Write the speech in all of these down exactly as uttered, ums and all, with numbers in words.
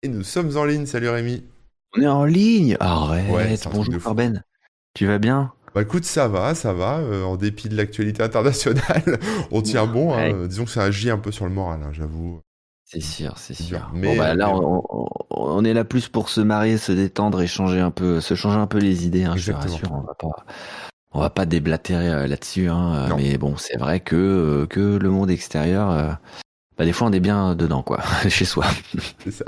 Et nous sommes en ligne, salut Rémi. On est en ligne. Ouais, Arrête. c'est un truc de Bonjour fou. Corben. Tu vas bien? Bah écoute, ça va, ça va, euh, en dépit de l'actualité internationale, on tient bon, hein, Ouais, euh, disons que ça agit un peu sur le moral, hein, j'avoue, c'est sûr, c'est c'est dur. sûr. Bon Mais, bah euh, là, mais bon, on, on- on est là plus pour se marier, se détendre et changer un peu, se changer un peu les idées. Hein, je te exactement. rassure, on va pas, on va pas déblatérer euh, là-dessus. Hein, euh, Non, mais bon, c'est vrai que euh, que le monde extérieur, euh, bah des fois on est bien dedans quoi, chez soi. c'est ça.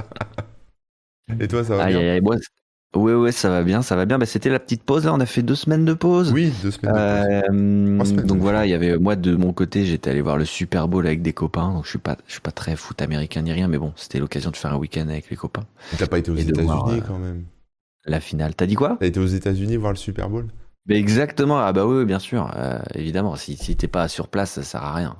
Et toi, ça va Aïe bien? aïe aïe. Bon, c'est- ouais ouais, ça va bien, ça va bien. Bah c'était la petite pause là. On a fait deux semaines de pause. Oui, deux semaines de pause. Euh, Trois semaines donc même, je voilà, crois. il y avait moi de mon côté, j'étais allé voir le Super Bowl avec des copains. Donc je suis pas, je suis pas très foot américain ni rien, mais bon, c'était l'occasion de faire un week-end avec les copains Mais t'as pas été aux et de voir euh, États-Unis quand même. la finale. T'as dit quoi? T'as été aux États-Unis voir le Super Bowl? Mais exactement. Ah bah oui, oui, bien sûr, euh, évidemment. Si, si t'es pas sur place, ça sert à rien.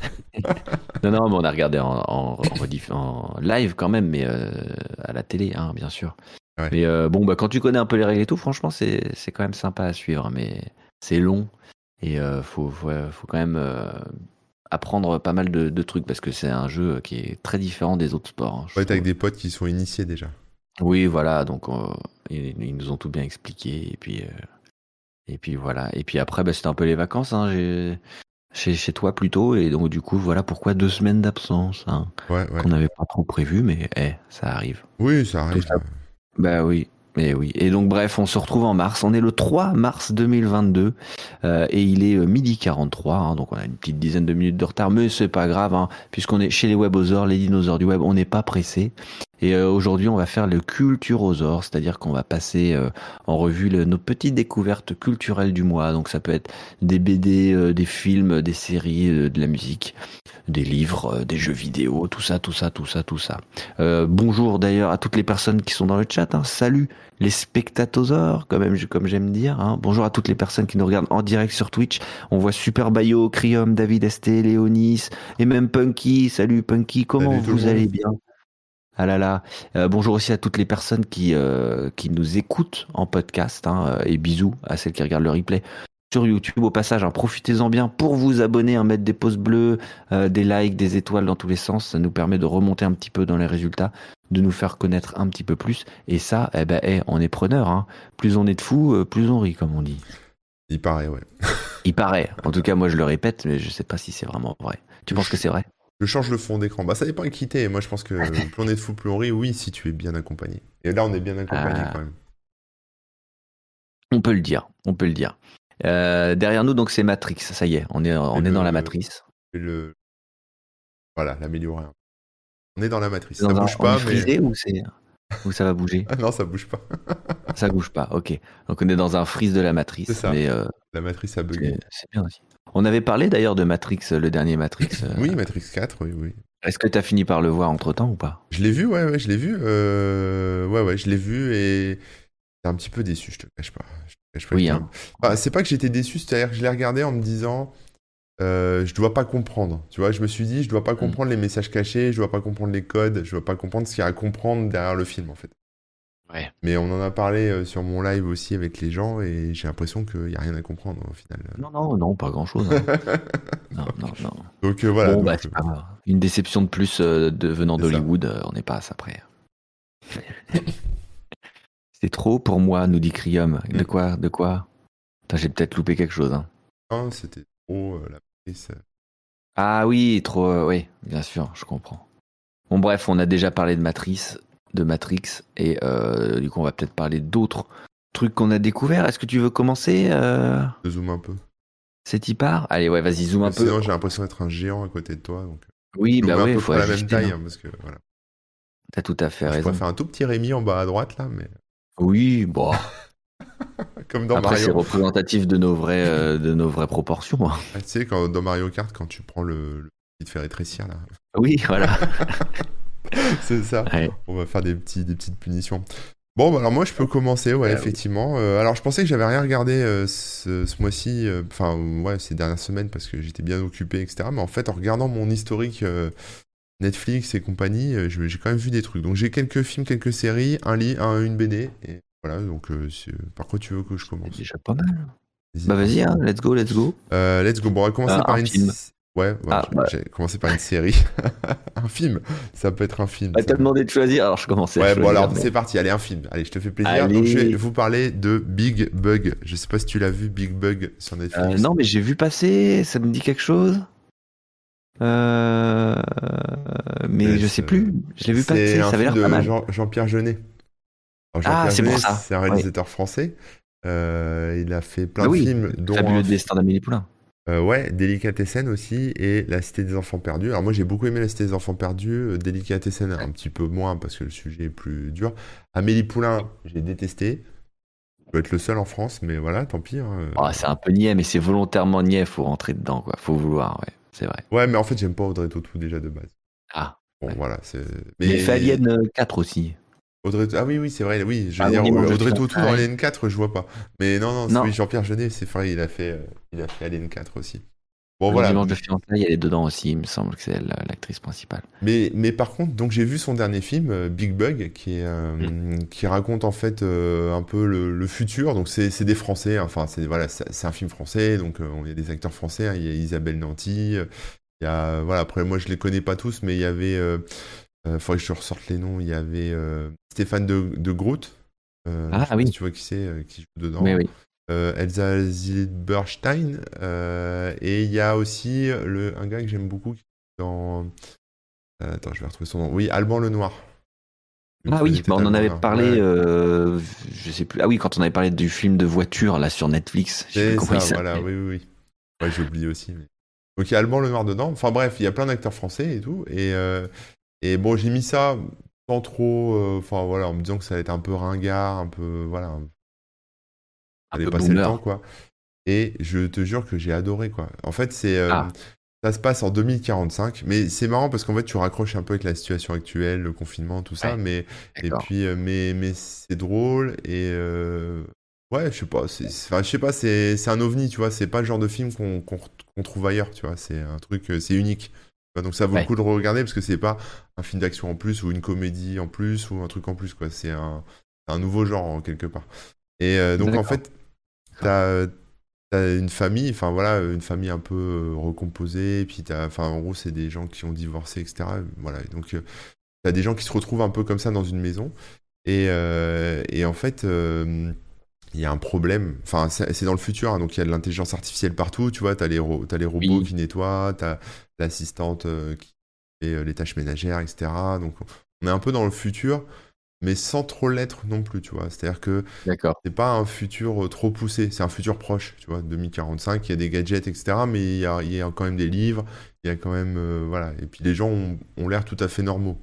Non non, mais on a regardé en, en, en rediff- en live quand même, mais euh, à la télé, hein, bien sûr. Ouais. Mais euh, bon, bah quand tu connais un peu les règles et tout, franchement, c'est c'est quand même sympa à suivre, mais c'est long et euh, faut, faut faut quand même euh, apprendre pas mal de, de trucs parce que c'est un jeu qui est très différent des autres sports, hein, je Ouais, t'es avec trouve. des potes qui sont initiés déjà. Oui, voilà, donc euh, ils, ils nous ont tout bien expliqué et puis euh, et puis voilà. Et puis après, bah, c'était un peu les vacances, hein, j'ai- chez chez toi plutôt, et donc du coup, voilà pourquoi deux semaines d'absence, hein, Ouais, ouais. qu'on n'avait pas trop prévu, mais eh, ça arrive. Oui, ça Tout arrive. ça. Bah oui, mais oui. Et donc bref, on se retrouve en mars. On est le trois mars deux mille vingt-deux euh, et il est euh, midi quarante-trois. Hein, donc on a une petite dizaine de minutes de retard, mais c'est pas grave, hein, puisqu'on est chez les webosaures, les dinosaures du web, on n'est pas pressé. Et euh, aujourd'hui, on va faire le culturosaure, c'est-à-dire qu'on va passer euh, en revue le- nos petites découvertes culturelles du mois. Donc ça peut être des B D, euh, des films, des séries, euh, de la musique, des livres, euh, des jeux vidéo, tout ça, tout ça, tout ça, tout ça. Euh, bonjour d'ailleurs à toutes les personnes qui sont dans le chat. Hein. Salut les spectatosaures, quand même, comme j'aime dire. Hein. Bonjour à toutes les personnes qui nous regardent en direct sur Twitch. On voit Super Bayo, Crium, David S T, Léonis et même Punky. Salut Punky, comment Salut tout le vous monde. allez bien? Ah là là. Euh, bonjour aussi à toutes les personnes qui, euh, qui nous écoutent en podcast. Hein, et bisous à celles qui regardent le replay sur YouTube. Au passage, hein, profitez-en bien pour vous abonner, hein, mettre des pouces bleus, euh, des likes, des étoiles dans tous les sens. Ça nous permet de remonter un petit peu dans les résultats, de nous faire connaître un petit peu plus. Et ça, eh ben, eh, on est preneur. Hein. Plus on est de fous, euh, plus on rit, comme on dit. Il paraît, ouais. Il paraît. En tout cas, moi, je le répète, mais je sais pas si c'est vraiment vrai. Tu Je, penses que c'est vrai? je change le fond d'écran. Bah ça dépend qui t'es. Moi je pense que plus on est de fou, plus on rit. Oui, si tu es bien accompagné. Et là, on est bien accompagné Euh, quand même. on peut le dire. On peut le dire. Euh, derrière nous, donc, c'est Matrix. Ça y est, on est, Et on est dans la le, matrice. et le, voilà, l'améliorer. On est dans la matrice. Ça Dans un- bouge on est pas, mais frisé ou c'est, ou ça va bouger? ah non, ça bouge pas. Ça bouge pas, ok. Donc on est dans un freeze de la C'est matrice, ça. mais euh, La matrice a bugué. c'est c'est bien aussi. On avait parlé d'ailleurs de Matrix, euh, le dernier Matrix. euh. Oui, Matrix quatre, oui, oui. Est-ce que tu as fini par le voir entre-temps ou pas? Je l'ai vu, ouais, ouais, je l'ai vu. euh, Ouais, ouais, je l'ai vu et j'étais un petit peu déçu, je te cache pas. Je te cache pas, Oui, j'étais un- hein. Enfin, c'est pas que j'étais déçu, c'est-à-dire que je l'ai regardé en me disant, euh, je dois pas comprendre. Tu vois, je me suis dit, je dois pas Mm. comprendre les messages cachés, je dois pas comprendre les codes, je dois pas comprendre ce qu'il y a à comprendre derrière le film, en fait. Ouais. Mais on en a parlé euh, sur mon live aussi avec les gens et j'ai l'impression qu'il y a rien à comprendre au final. Non, non, non, pas grand-chose. Hein. Non, non, non. Donc euh, voilà, Bon, bah, donc euh, c'est pas grave. Une déception de plus euh, de, venant c'est ça. d'Hollywood, euh, on n'est pas à ça près. C'est trop pour moi, nous dit Crium. De Mm. quoi? De quoi? Putain, j'ai peut-être loupé quelque chose. Hein. Hein, c'était trop euh, la prise. Ah oui, trop, euh, oui, bien sûr, je comprends. Bon, bref, on a déjà parlé de Matrice, de Matrix, et euh, du coup, on va peut-être parler d'autres trucs qu'on a découverts. Est-ce que tu veux commencer euh, Je zoome un peu. C'est y part? Allez, ouais, vas-y, zoom un peu. Sinon, j'ai l'impression d'être un géant à côté de toi. Donc, Oui, je bah zoome à oui, peu faut près la même ajuster. taille. Hein. Hein, parce que, voilà. T'as tout à fait Je raison. pourrais faire un tout petit Rémi en bas à droite, là, mais Oui, bon. comme dans Après, c'est Mario. représentatif de nos vraies, euh, de nos vraies proportions. Hein. Ah, tu sais, quand, dans Mario Kart, quand tu prends le, le il te fait rétrécir, là. Oui, voilà. C'est ça. Ouais. On va faire des, petits, des petites punitions. Bon, bah, alors moi, je peux commencer, ouais, Euh, effectivement. Euh, alors, je pensais que j'avais rien regardé euh, ce, ce mois-ci, euh, enfin, ouais, ces dernières semaines, parce que j'étais bien occupé, et cetera. Mais en fait, en regardant mon historique euh, Netflix et compagnie, euh, je- j'ai quand même vu des trucs. Donc, j'ai quelques films, quelques séries, un lit, un, une B D. Et voilà, donc, euh, c'est- par quoi tu veux que je c'est commence? déjà pas mal. N'hésite Bah pas. vas-y, hein, let's go, let's go. Euh, let's go. Bon, on va commencer Euh, par un une. film. Ouais, ouais, Ah, bah, j'ai j'ai commencé par une série. Un film, ça peut être un film, bah, ça. t'as demandé de choisir, alors je commençais à Ouais, bon choisir, alors mais... c'est parti, allez, un film. Allez, je te fais plaisir. Donc je vais Allez! vous parler de Big Bug. Je sais pas si tu l'as vu, Big Bug, sur Euh, Netflix. non, mais j'ai vu passer, ça me dit quelque chose. Euh, Euh, mais je sais c'est plus. Je l'ai vu c'est passer, un ça avait film l'air pas de mal. Jean- Jean-Pierre Jeunet. Alors Ah, Jean-Pierre c'est pour Jeunet, ça. c'est un Oui. réalisateur français. Euh, il a fait plein Bah de oui, films, le dont un, fabuleux f- destin d'Amélie Poulain. euh, ouais, Délicatessen aussi, et La Cité des Enfants Perdus. Alors moi j'ai beaucoup aimé La Cité des Enfants Perdus, euh, Délicatessen un petit peu moins parce que le sujet est plus dur. Amélie Poulain, j'ai détesté. Je dois être le seul en France, mais voilà, tant pis, hein. Ah, c'est un peu niais, mais c'est volontairement niais, faut rentrer dedans, quoi. Faut vouloir, ouais, c'est vrai. Ouais, mais en fait j'aime pas Audrey Tautou déjà de base. Ah, Bon ouais. voilà, c'est... Il a fait Mais Alien euh, quatre aussi. Audrey... Ah oui, oui, c'est vrai, oui, je Ah veux dire, oui, mange de Audrey Tautou dans fiançailles. Alien quatre, je vois pas. Mais non, non, c'est oui, Non, Jean-Pierre Jeunet, c'est vrai, il a fait, euh, il a fait Alien quatre aussi. Bon dans voilà, Dimanche de fiançailles, elle est dedans aussi, il me semble que c'est elle, euh, l'actrice principale. mais, mais par contre, donc j'ai vu son dernier film, euh, Big Bug, qui, est, Mm. euh, qui raconte en fait euh, un peu le, le futur. Donc c'est c'est des Français, hein, enfin c'est voilà, c'est c'est un film français, donc euh, il y a des acteurs français, hein, il y a Isabelle Nanty, euh, il y a voilà, après moi je les connais pas tous, mais il y avait, euh, euh, faudrait que je te ressorte les noms, il y avait euh, Stéphane de, de Groot, euh, je sais Ah pas si oui, tu vois qui c'est, euh, qui joue oui, dedans. oui. Euh, Elsa Zilberstein, euh, et il y a aussi le, un gars que j'aime beaucoup qui est dans euh, attends, je vais retrouver son nom. Oui, Alban Lenoir. Tu Ah connais oui, bah peut-être on en Alban avait Lenoir. parlé, Ouais, euh, je sais plus. Ah oui, quand on avait parlé du film de voiture là sur Netflix, je sais plus c'est comment il ça, voilà, s'appelait. oui, oui, oui. Ouais, j'ai oublié aussi. mais- Donc il y a Alban Lenoir dedans. Enfin bref, il y a plein d'acteurs français et tout. Et, euh, et bon, j'ai mis ça sans trop. euh, Enfin voilà, en me disant que ça allait être un peu ringard, un peu. Voilà, Un allait peu passer le temps, boomer. quoi. Et je te jure que j'ai adoré, quoi. En fait, c'est. euh, Ah, ça se passe en deux mille quarante-cinq, mais c'est marrant parce qu'en fait, tu raccroches un peu avec la situation actuelle, le confinement, tout ça, ouais, mais et d'accord. puis euh, mais mais c'est drôle et euh, ouais, je sais pas, c'est c'est- enfin, je sais pas, c'est c'est un ovni, tu vois, c'est pas le genre de film qu'on qu'on re- qu'on trouve ailleurs, tu vois, c'est un truc, euh, c'est unique. Tu vois, donc ça vaut le Ouais, coup de regarder parce que c'est pas un film d'action en plus ou une comédie en plus ou un truc en plus, quoi, c'est un un nouveau genre en quelque part. Et euh, donc en d'accord. fait, t'as T'as une famille, enfin voilà, une famille un peu euh, recomposée, et puis t'as, enfin en gros c'est des gens qui ont divorcé, et cetera. Voilà, et donc euh, t'as des gens qui se retrouvent un peu comme ça dans une maison, et, euh, et en fait euh, il y a un problème, enfin c'est c'est dans le futur, hein, donc il y a de l'intelligence artificielle partout, tu vois, t'as les, ro- t'as les robots Oui, qui nettoient, t'as l'assistante euh, qui fait euh, les tâches ménagères, et cetera. Donc on est un peu dans le futur, mais sans trop l'être non plus, tu vois. C'est-à-dire que d'accord. c'est pas un futur euh, trop poussé, c'est un futur proche, tu vois, deux mille quarante-cinq, il y a des gadgets, et cetera. Mais il y a, il y a quand même des livres, il y a quand même, euh, voilà. Et puis les gens ont, ont l'air tout à fait normaux.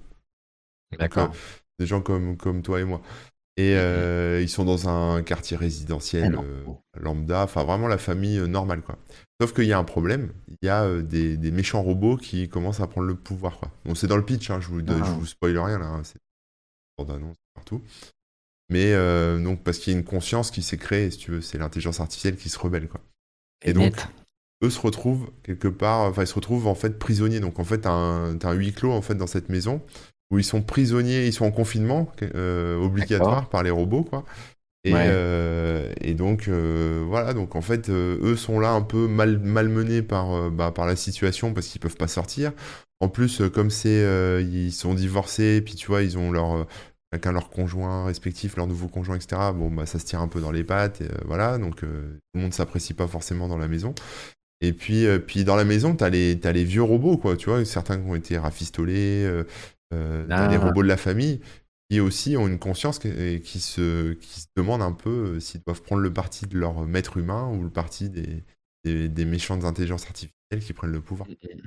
Donc euh, D'accord. des gens comme, comme toi et moi. Et Mm, mm. euh, ils sont dans un quartier Ah résidentiel non. euh, lambda, enfin vraiment la famille euh, normale, quoi. Sauf qu'il y a un problème, il y a euh, des, des méchants robots qui commencent à prendre le pouvoir, quoi. Bon, c'est dans le pitch, hein, je vous, je Ah, vous spoil rien là, hein, c'est bande annonce partout. Mais euh, donc, parce qu'il y a une conscience qui s'est créée, si tu veux, c'est l'intelligence artificielle qui se rebelle, quoi. Et c'est donc, net. eux se retrouvent quelque part, enfin, ils se retrouvent en fait prisonniers. Donc, en fait, t'as un, t'as un huis clos en fait dans cette maison où ils sont prisonniers, ils sont en confinement euh, D'accord. obligatoire par les robots, quoi. Et, Ouais. euh, et donc, euh, voilà, donc en fait, euh, eux sont là un peu mal, malmenés par, euh, bah, par la situation parce qu'ils peuvent pas sortir. En plus, euh, comme c'est, euh, ils sont divorcés, puis tu vois, ils ont leur, euh, chacun leur conjoint respectif, leur nouveau conjoint, et cetera. Bon, bah, ça se tire un peu dans les pattes, et, euh, voilà, donc euh, tout le monde s'apprécie pas forcément dans la maison. Et puis, euh, puis dans la maison, t'as les, t'as les vieux robots, quoi, tu vois, certains qui ont été rafistolés, euh, euh, t'as les Ah, robots de la famille, qui aussi ont une conscience que- et qui se, qui se demandent un peu euh, s'ils doivent prendre le parti de leur maître humain ou le parti des, des, des méchantes intelligences artificielles qui prennent le pouvoir.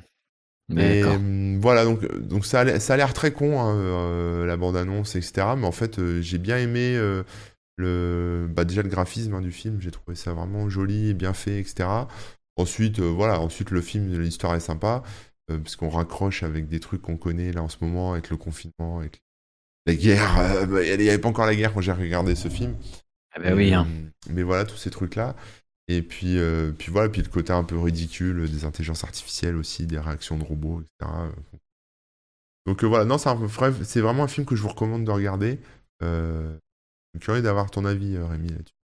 Et d'accord. hum, voilà, donc, euh, donc ça a l'air, ça a l'air très con, hein, euh, la bande-annonce, et cetera. Mais en fait, euh, j'ai bien aimé euh, le, bah, déjà le graphisme hein, du film, j'ai trouvé ça vraiment joli et bien fait, et cetera. Ensuite, euh, voilà, ensuite le film, l'histoire est sympa, euh, parce qu'on raccroche avec des trucs qu'on connaît là en ce moment, avec le confinement, avec la guerre. euh, bah, il n'y avait pas encore la guerre quand j'ai regardé ce film. Ah bah Mais, oui, euh, hein. mais voilà, tous ces trucs-là. Et puis, euh, puis voilà, puis le côté un peu ridicule des intelligences artificielles aussi, des réactions de robots, et cetera. Donc euh, voilà, non, c'est un vrai- c'est vraiment un film que je vous recommande de regarder. Euh, je suis curieux d'avoir ton avis, euh, Rémi, là-dessus.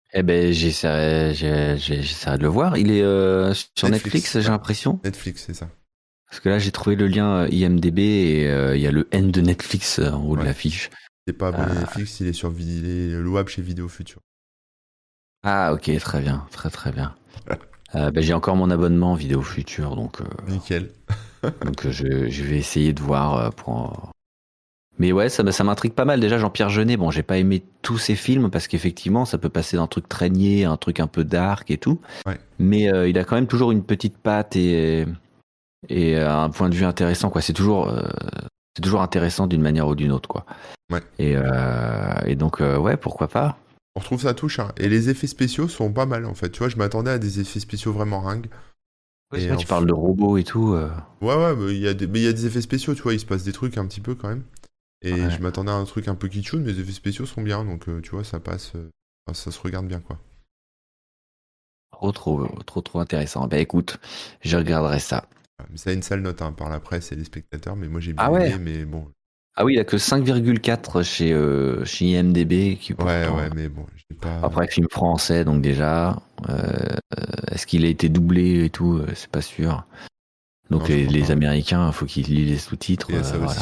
Eh ben, j'essaierai, j'ai- j'ai- j'essaierai de le voir. Il est euh, sur Netflix, Netflix, j'ai ouais. l'impression. Netflix, c'est ça. Parce que là, j'ai trouvé le lien euh, I M D B et euh, il y a le N de Netflix euh, en haut de Ouais. l'affiche. T'es pas Euh, abonné à Netflix, il est sur vid- il est louable chez Vidéo Futur. ah, ok, très bien, très très bien. Euh, ben, j'ai encore mon abonnement Vidéo Future, donc, euh, Nickel. donc euh, je, je vais essayer de voir euh, pour. Mais ouais, ça, ça m'intrigue pas mal. Déjà, Jean-Pierre Jeunet, bon, j'ai pas aimé tous ses films parce qu'effectivement, ça peut passer d'un truc très niais à un truc un peu dark et tout. Ouais. Mais euh, il a quand même toujours une petite patte et, et euh, un point de vue intéressant, quoi. C'est toujours, euh, c'est toujours intéressant d'une manière ou d'une autre, quoi. Ouais. Et, euh, et donc, euh, ouais, pourquoi pas. On retrouve ça touche, hein. Et les effets spéciaux sont pas mal en fait. Tu vois, je m'attendais à des effets spéciaux vraiment ringues. Ouais, c'est Et vrai, en tu f- parles de robots et tout. euh, ouais, ouais, mais il y a des, mais il y a des effets spéciaux, tu vois, il se passe des trucs un petit peu quand même. Et ouais. je m'attendais à un truc un peu kitschoun, mais les effets spéciaux sont bien, donc euh, tu vois, ça passe, euh, enfin, ça se regarde bien, quoi. Trop, trop, trop, trop intéressant. Ben écoute, je regarderai ça. Voilà. Mais ça a une sale note hein, par la presse et les spectateurs, mais moi j'ai bien Ah ouais? aimé, mais bon. Ah oui, il a que cinq virgule quatre chez, euh, chez I M D B, qui Ouais, pourtant. ouais, mais bon, j'ai pas. Après, film français, donc déjà. euh, est-ce qu'il a été doublé et tout? euh, C'est pas sûr. Non, Donc je les, crois les pas. Américains, il faut qu'ils lisent les sous-titres. Il y a euh, ça voilà, aussi.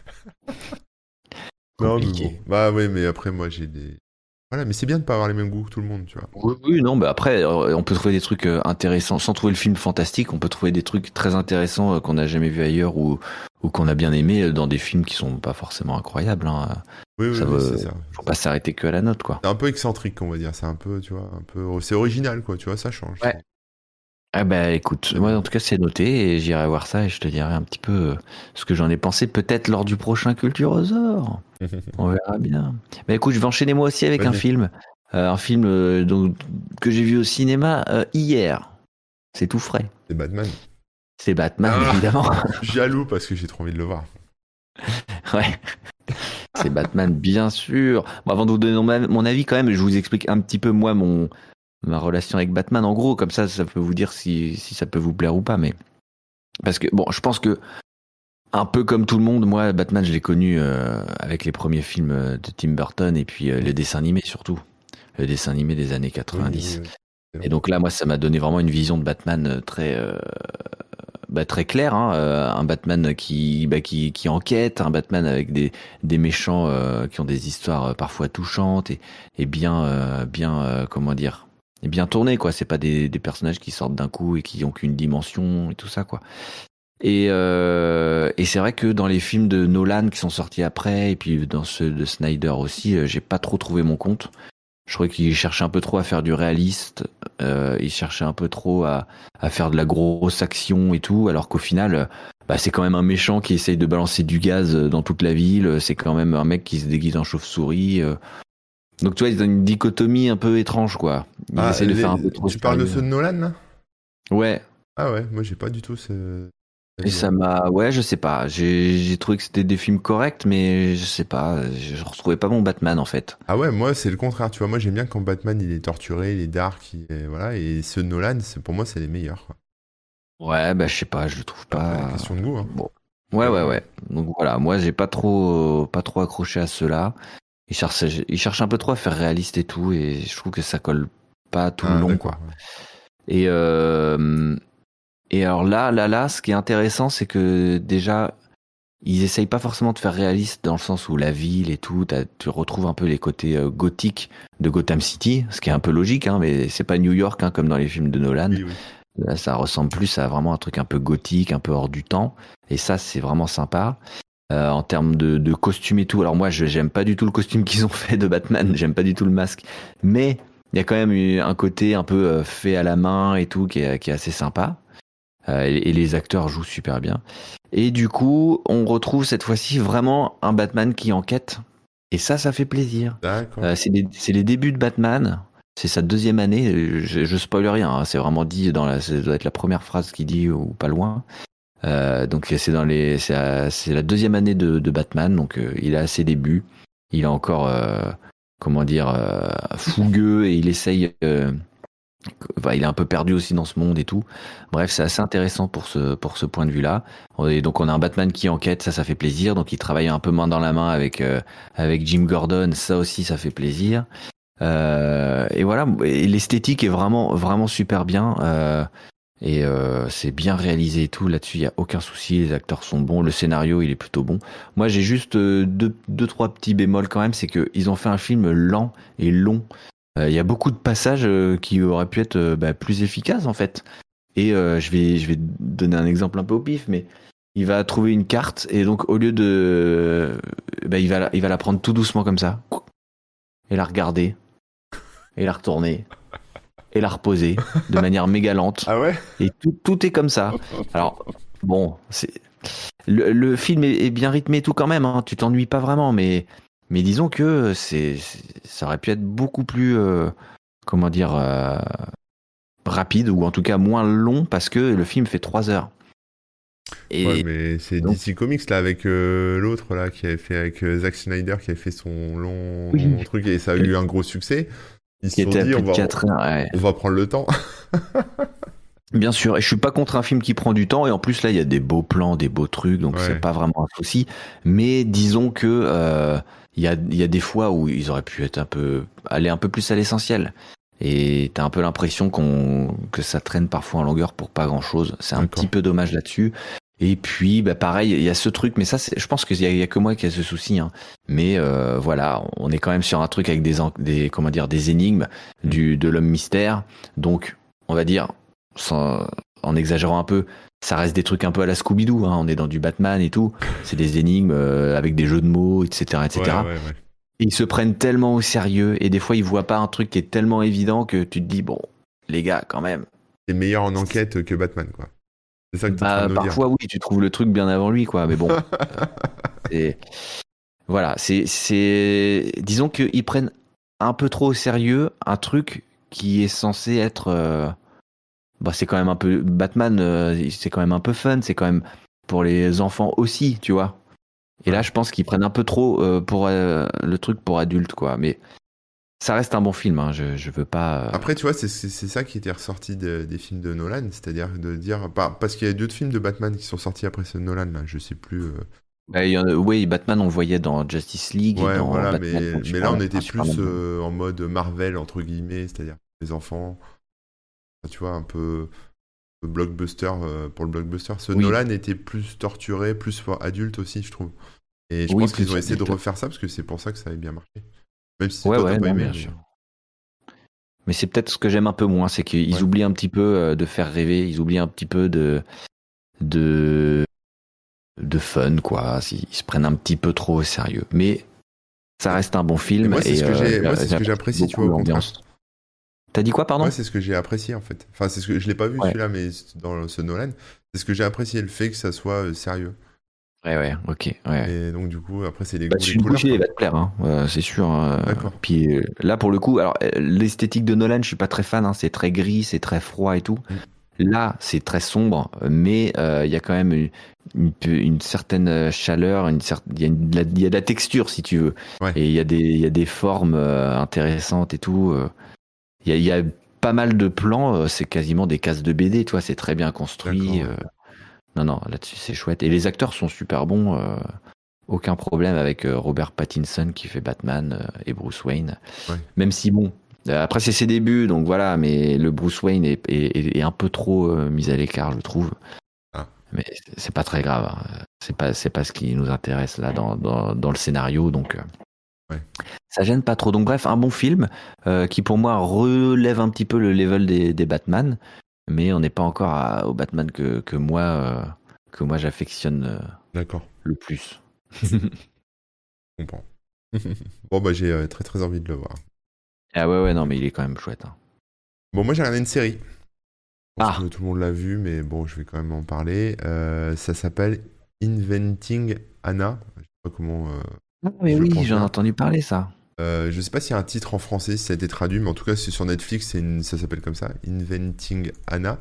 Non, mais bon. compliqué. Bah ouais, mais après, moi j'ai des. Voilà, mais c'est bien de pas avoir les mêmes goûts que tout le monde, tu vois. Oui, oui, non, bah après, euh, on peut trouver des trucs euh, intéressants, sans trouver le film fantastique, on peut trouver des trucs très intéressants euh, qu'on n'a jamais vu ailleurs ou, ou qu'on a bien aimé euh, dans des films qui sont pas forcément incroyables. Hein. Oui, oui, Ça oui, veut, c'est ça. faut pas s'arrêter que à la note, quoi. C'est un peu excentrique, on va dire. C'est un peu, tu vois, un peu. C'est original, quoi, tu vois, ça change. Ouais. C'est Ah bah écoute, c'est moi bien. en tout cas c'est noté et j'irai voir ça et je te dirai un petit peu euh, ce que j'en ai pensé peut-être lors du prochain Culturosaure. On verra bien. Bah écoute, je vais enchaîner moi aussi avec un Vas-y. film. Euh, un film euh, donc, que j'ai vu au cinéma euh, hier. C'est tout frais. C'est Batman. C'est Batman, Ah, évidemment. je suis jaloux parce que j'ai trop envie de le voir. Ouais, c'est Batman, bien sûr. Bon, avant de vous donner mon mon avis, quand même, je vous explique un petit peu, moi, mon, ma relation avec Batman. En gros, comme ça, ça peut vous dire si, si ça peut vous plaire ou pas. Mais parce que, bon, je pense que, un peu comme tout le monde, moi, Batman, je l'ai connu euh, avec les premiers films euh, de Tim Burton et puis euh, Mm. les dessins animés, surtout. Le dessin animé des années Oui, oui, quatre-vingt-dix. oui. C'est Et long. donc là, moi, ça m'a donné vraiment une vision de Batman euh, très, euh, bah, très claire. Hein. Euh, un Batman qui, bah, qui, qui enquête, un Batman avec des, des méchants euh, qui ont des histoires euh, parfois touchantes et, et bien, euh, bien euh, comment dire, et bien tournées, quoi. C'est pas des, des personnages qui sortent d'un coup et qui ont qu'une dimension et tout ça, quoi. Et, euh, et c'est vrai que dans les films de Nolan qui sont sortis après, et puis dans ceux de Snyder aussi, euh, j'ai pas trop trouvé mon compte. Je trouvais qu'il cherchait un peu trop à faire du réaliste, euh, il cherchait un peu trop à, à faire de la grosse action et tout, alors qu'au final, euh, bah, c'est quand même un méchant qui essaye de balancer du gaz euh, dans toute la ville, c'est quand même un mec qui se déguise en chauve-souris. euh. Donc tu vois, ils ont une dichotomie un peu étrange, quoi. Ils Ah, essayent de faire un les- peu trop tu parles de sérieux. ceux de Nolan, là? Ouais, Ah ouais, moi j'ai pas du tout ce et avis-là. ça m'a... Ouais, je sais pas, j'ai j'ai trouvé que c'était des films corrects, mais je sais pas, je je retrouvais pas mon Batman, en fait. Ah ouais, moi c'est le contraire, tu vois. Moi j'aime bien quand Batman il est torturé, il est dark, il est- voilà. Et ceux de Nolan, c'est pour moi c'est les meilleurs, quoi. Ouais, bah je sais pas, je le trouve Après, pas... question de goût, hein. Bon. Ouais, ouais, ouais. Donc voilà, moi j'ai pas trop, pas trop accroché à ceux-là. Ils cherchent, ils cherchent un peu trop à faire réaliste et tout, et je trouve que ça colle pas tout le Ah long, d'accord. quoi. Ouais. Et, euh, et alors là, là, là, ce qui est intéressant, c'est que déjà, ils essayent pas forcément de faire réaliste dans le sens où la ville et tout, t'as- tu retrouves un peu les côtés euh, gothiques de Gotham City, ce qui est un peu logique, hein, mais c'est pas New York, hein, comme dans les films de Nolan. Oui, oui. Là, ça ressemble plus à vraiment un truc un peu gothique, un peu hors du temps, et ça, c'est vraiment sympa. Euh, en termes de, de costume et tout. Alors moi, je j'aime pas du tout le costume qu'ils ont fait de Batman, j'aime pas du tout le masque, mais il y a quand même eu un côté un peu euh, fait à la main et tout qui est, qui est assez sympa. Euh, et, et les acteurs jouent super bien. Et du coup, on retrouve cette fois-ci vraiment un Batman qui enquête. Et ça, ça fait plaisir. D'accord. Euh, c'est les, c'est les débuts de Batman. C'est sa deuxième année. Je, je spoil rien. Hein. C'est vraiment dit dans la, ça doit être la première phrase qu'il dit ou pas loin. Euh, donc c'est dans les, c'est, à- c'est la deuxième année de, de Batman, donc euh, il est à ses débuts. Il est encore, euh, comment dire, euh, fougueux et il essaye. Euh, enfin, il est un peu perdu aussi dans ce monde et tout. Bref, c'est assez intéressant pour ce pour ce point de vue-là. Et donc on a un Batman qui enquête, ça, ça fait plaisir. Donc il travaille un peu main dans la main avec euh, avec Jim Gordon, ça aussi, ça fait plaisir. Euh, et voilà, et l'esthétique est vraiment, vraiment super bien. Euh, et euh, c'est bien réalisé et tout. Là-dessus, il n'y a aucun souci. Les acteurs sont bons. Le scénario, il est plutôt bon. Moi, j'ai juste euh, deux, deux, trois petits bémols quand même. C'est qu'ils ont fait un film lent et long. Euh, Il y a beaucoup de passages euh, qui auraient pu être euh, bah, plus efficaces, en fait. Et euh, je vais, je vais donner un exemple un peu au pif, mais il va trouver une carte et donc au lieu de, bah, il va, la- il va la prendre tout doucement comme ça et la regarder et la retourner et la reposer de manière méga lente. Ah ouais? Et tout, tout est comme ça. Alors bon, c'est le, le film est, est bien rythmé et tout quand même. Hein, tu t'ennuies pas vraiment, mais mais disons que c'est, c'est- ça aurait pu être beaucoup plus, euh, comment dire, euh, rapide ou en tout cas moins long parce que le film fait trois heures. Ouais, Et mais c'est donc, D C Comics là avec euh, l'autre là qui avait fait avec euh, Zack Snyder qui avait fait son long, long oui, truc et ça a eu un gros succès. Ils se qui sont était à dit on plus de va quatre heures. Ouais. on va prendre le temps. Bien sûr, et je suis pas contre un film qui prend du temps, et en plus là il y a des beaux plans, des beaux trucs, donc c'est Ouais, pas vraiment un souci. Mais disons que euh, il y a, il y a des fois où ils auraient pu être un peu, aller un peu plus à l'essentiel. Et t'as un peu l'impression qu'on, que ça traîne parfois en longueur pour pas grand chose. C'est un d'accord. petit peu dommage là-dessus. Et puis, bah pareil, il y a ce truc, mais ça, c'est, je pense qu'il y a, il y a que moi qui a ce souci. Hein. Mais euh, voilà, on est quand même sur un truc avec des, en- des comment dire, des énigmes, Mm. du, de l'homme mystère. Donc, on va dire, sans, en exagérant un peu, ça reste des trucs un peu à la Scooby-Doo. Hein. On est dans du Batman et tout. C'est des énigmes euh, avec des jeux de mots, et cetera, Ouais, et cetera. ouais, ouais. Et ils se prennent tellement au sérieux et des fois ils voient pas un truc qui est tellement évident que tu te dis bon, les gars, quand même. C'est meilleur en enquête que Batman quoi. C'est ça que t'es en train Bah de nous dire. parfois oui, tu trouves le truc bien avant lui quoi, mais bon, c'est voilà, c'est c'est disons qu'ils prennent un peu trop au sérieux un truc qui est censé être euh, bah c'est quand même un peu Batman, euh, c'est quand même un peu fun, c'est quand même pour les enfants aussi, tu vois. Et là, Ouais. je pense qu'ils prennent un peu trop euh, pour euh, le truc pour adultes quoi, mais ça reste un bon film, hein. Je, je veux pas. euh, Après, tu vois, c'est c'est- c'est ça qui était ressorti de- des films de Nolan, c'est-à-dire de dire. Pas- parce qu'il y a d'autres films de Batman qui sont sortis après ce Nolan là, je sais plus. euh, Bah, il y en a- oui, Batman, on le voyait dans Justice League et Ouais, dans voilà, Batman mais, contre mais là on Superman. était Enfin, plus Superman. euh, en mode Marvel, entre guillemets, c'est-à-dire les enfants, enfin, tu vois, un peu euh, blockbuster euh, pour le blockbuster. Ce Oui, Nolan était plus torturé, plus pour adulte aussi, je trouve. Et je oui, pense qu'ils plus ont essayé de adulte. refaire ça parce que c'est pour ça que ça avait bien marché. Même si Ouais, toi t'as ouais, pas non, aimé, bien mais. sûr. Mais c'est peut-être ce que j'aime un peu moins, c'est qu'ils Ouais. oublient un petit peu euh, de faire rêver, ils oublient un petit peu de, de, de fun, quoi. Ils ils se prennent un petit peu trop au sérieux. Mais ça reste un bon Et film moi, c'est et ce que euh, j'ai, moi, j'a- c'est ce que j'apprécie j'apprécie, tu beaucoup vois, au contraire. l'ambiance. T'as dit quoi, Ouais, pardon? c'est ce que j'ai apprécié en fait. Enfin, c'est ce que je l'ai pas vu Ouais, celui-là, mais dans ce Nolan, c'est ce que j'ai apprécié, le fait que ça soit euh, sérieux. ouais, ouais, ok, ouais. Et donc du coup, après, c'est les Bah, goûts, les celui-ci, couleurs, il quoi. va te plaire, hein, euh, c'est sûr. euh. D'accord. Puis euh, là, pour le coup, alors euh, l'esthétique de Nolan, je suis pas très fan. Hein, c'est très gris, c'est très froid et tout. Mm. Là, c'est très sombre, mais euh, il y a quand même une, une, peu- une certaine euh, chaleur, une cer- il y a une- de la, il y a de la texture, si tu veux. Ouais. Et il y a des, il y a des formes euh, intéressantes et tout. euh. Il y a, il y a pas mal de plans, euh, c'est quasiment des cases de B D, tu vois, c'est très bien construit. D'accord. euh. Non, non, là-dessus, c'est chouette. Et les acteurs sont super bons. euh, Aucun problème avec euh, Robert Pattinson qui fait Batman euh, et Bruce Wayne. Ouais. Même si, bon, euh, après c'est ses débuts, donc voilà, mais le Bruce Wayne est, est- est un peu trop euh, mis à l'écart, je trouve. Ah. Mais c'est c'est pas très grave. Hein. C'est pas, c'est pas ce qui nous intéresse là dans, dans, dans le scénario, donc euh, Ouais. ça gêne pas trop. Donc bref, un bon film euh, qui pour moi relève un petit peu le level des, des Batman, mais on n'est pas encore à- au Batman que, que moi, euh, que moi j'affectionne euh, D'accord. le plus. Je comprends. Bon, bah, j'ai euh, très très envie de le voir. Ah ouais, ouais, non, mais il est quand même chouette. Hein. Bon, moi, j'ai regardé une série. Je pense Ah, que tout le monde l'a vu, mais bon, je vais quand même en parler. Euh, ça s'appelle Inventing Anna. Je sais pas comment euh, ah, mais je le oui, prononce j'en ai bien. entendu parler ça. Euh, je sais pas s'il y a un titre en français, si ça a été traduit, mais en tout cas, c'est sur Netflix, c'est une- ça s'appelle comme ça, Inventing Anna.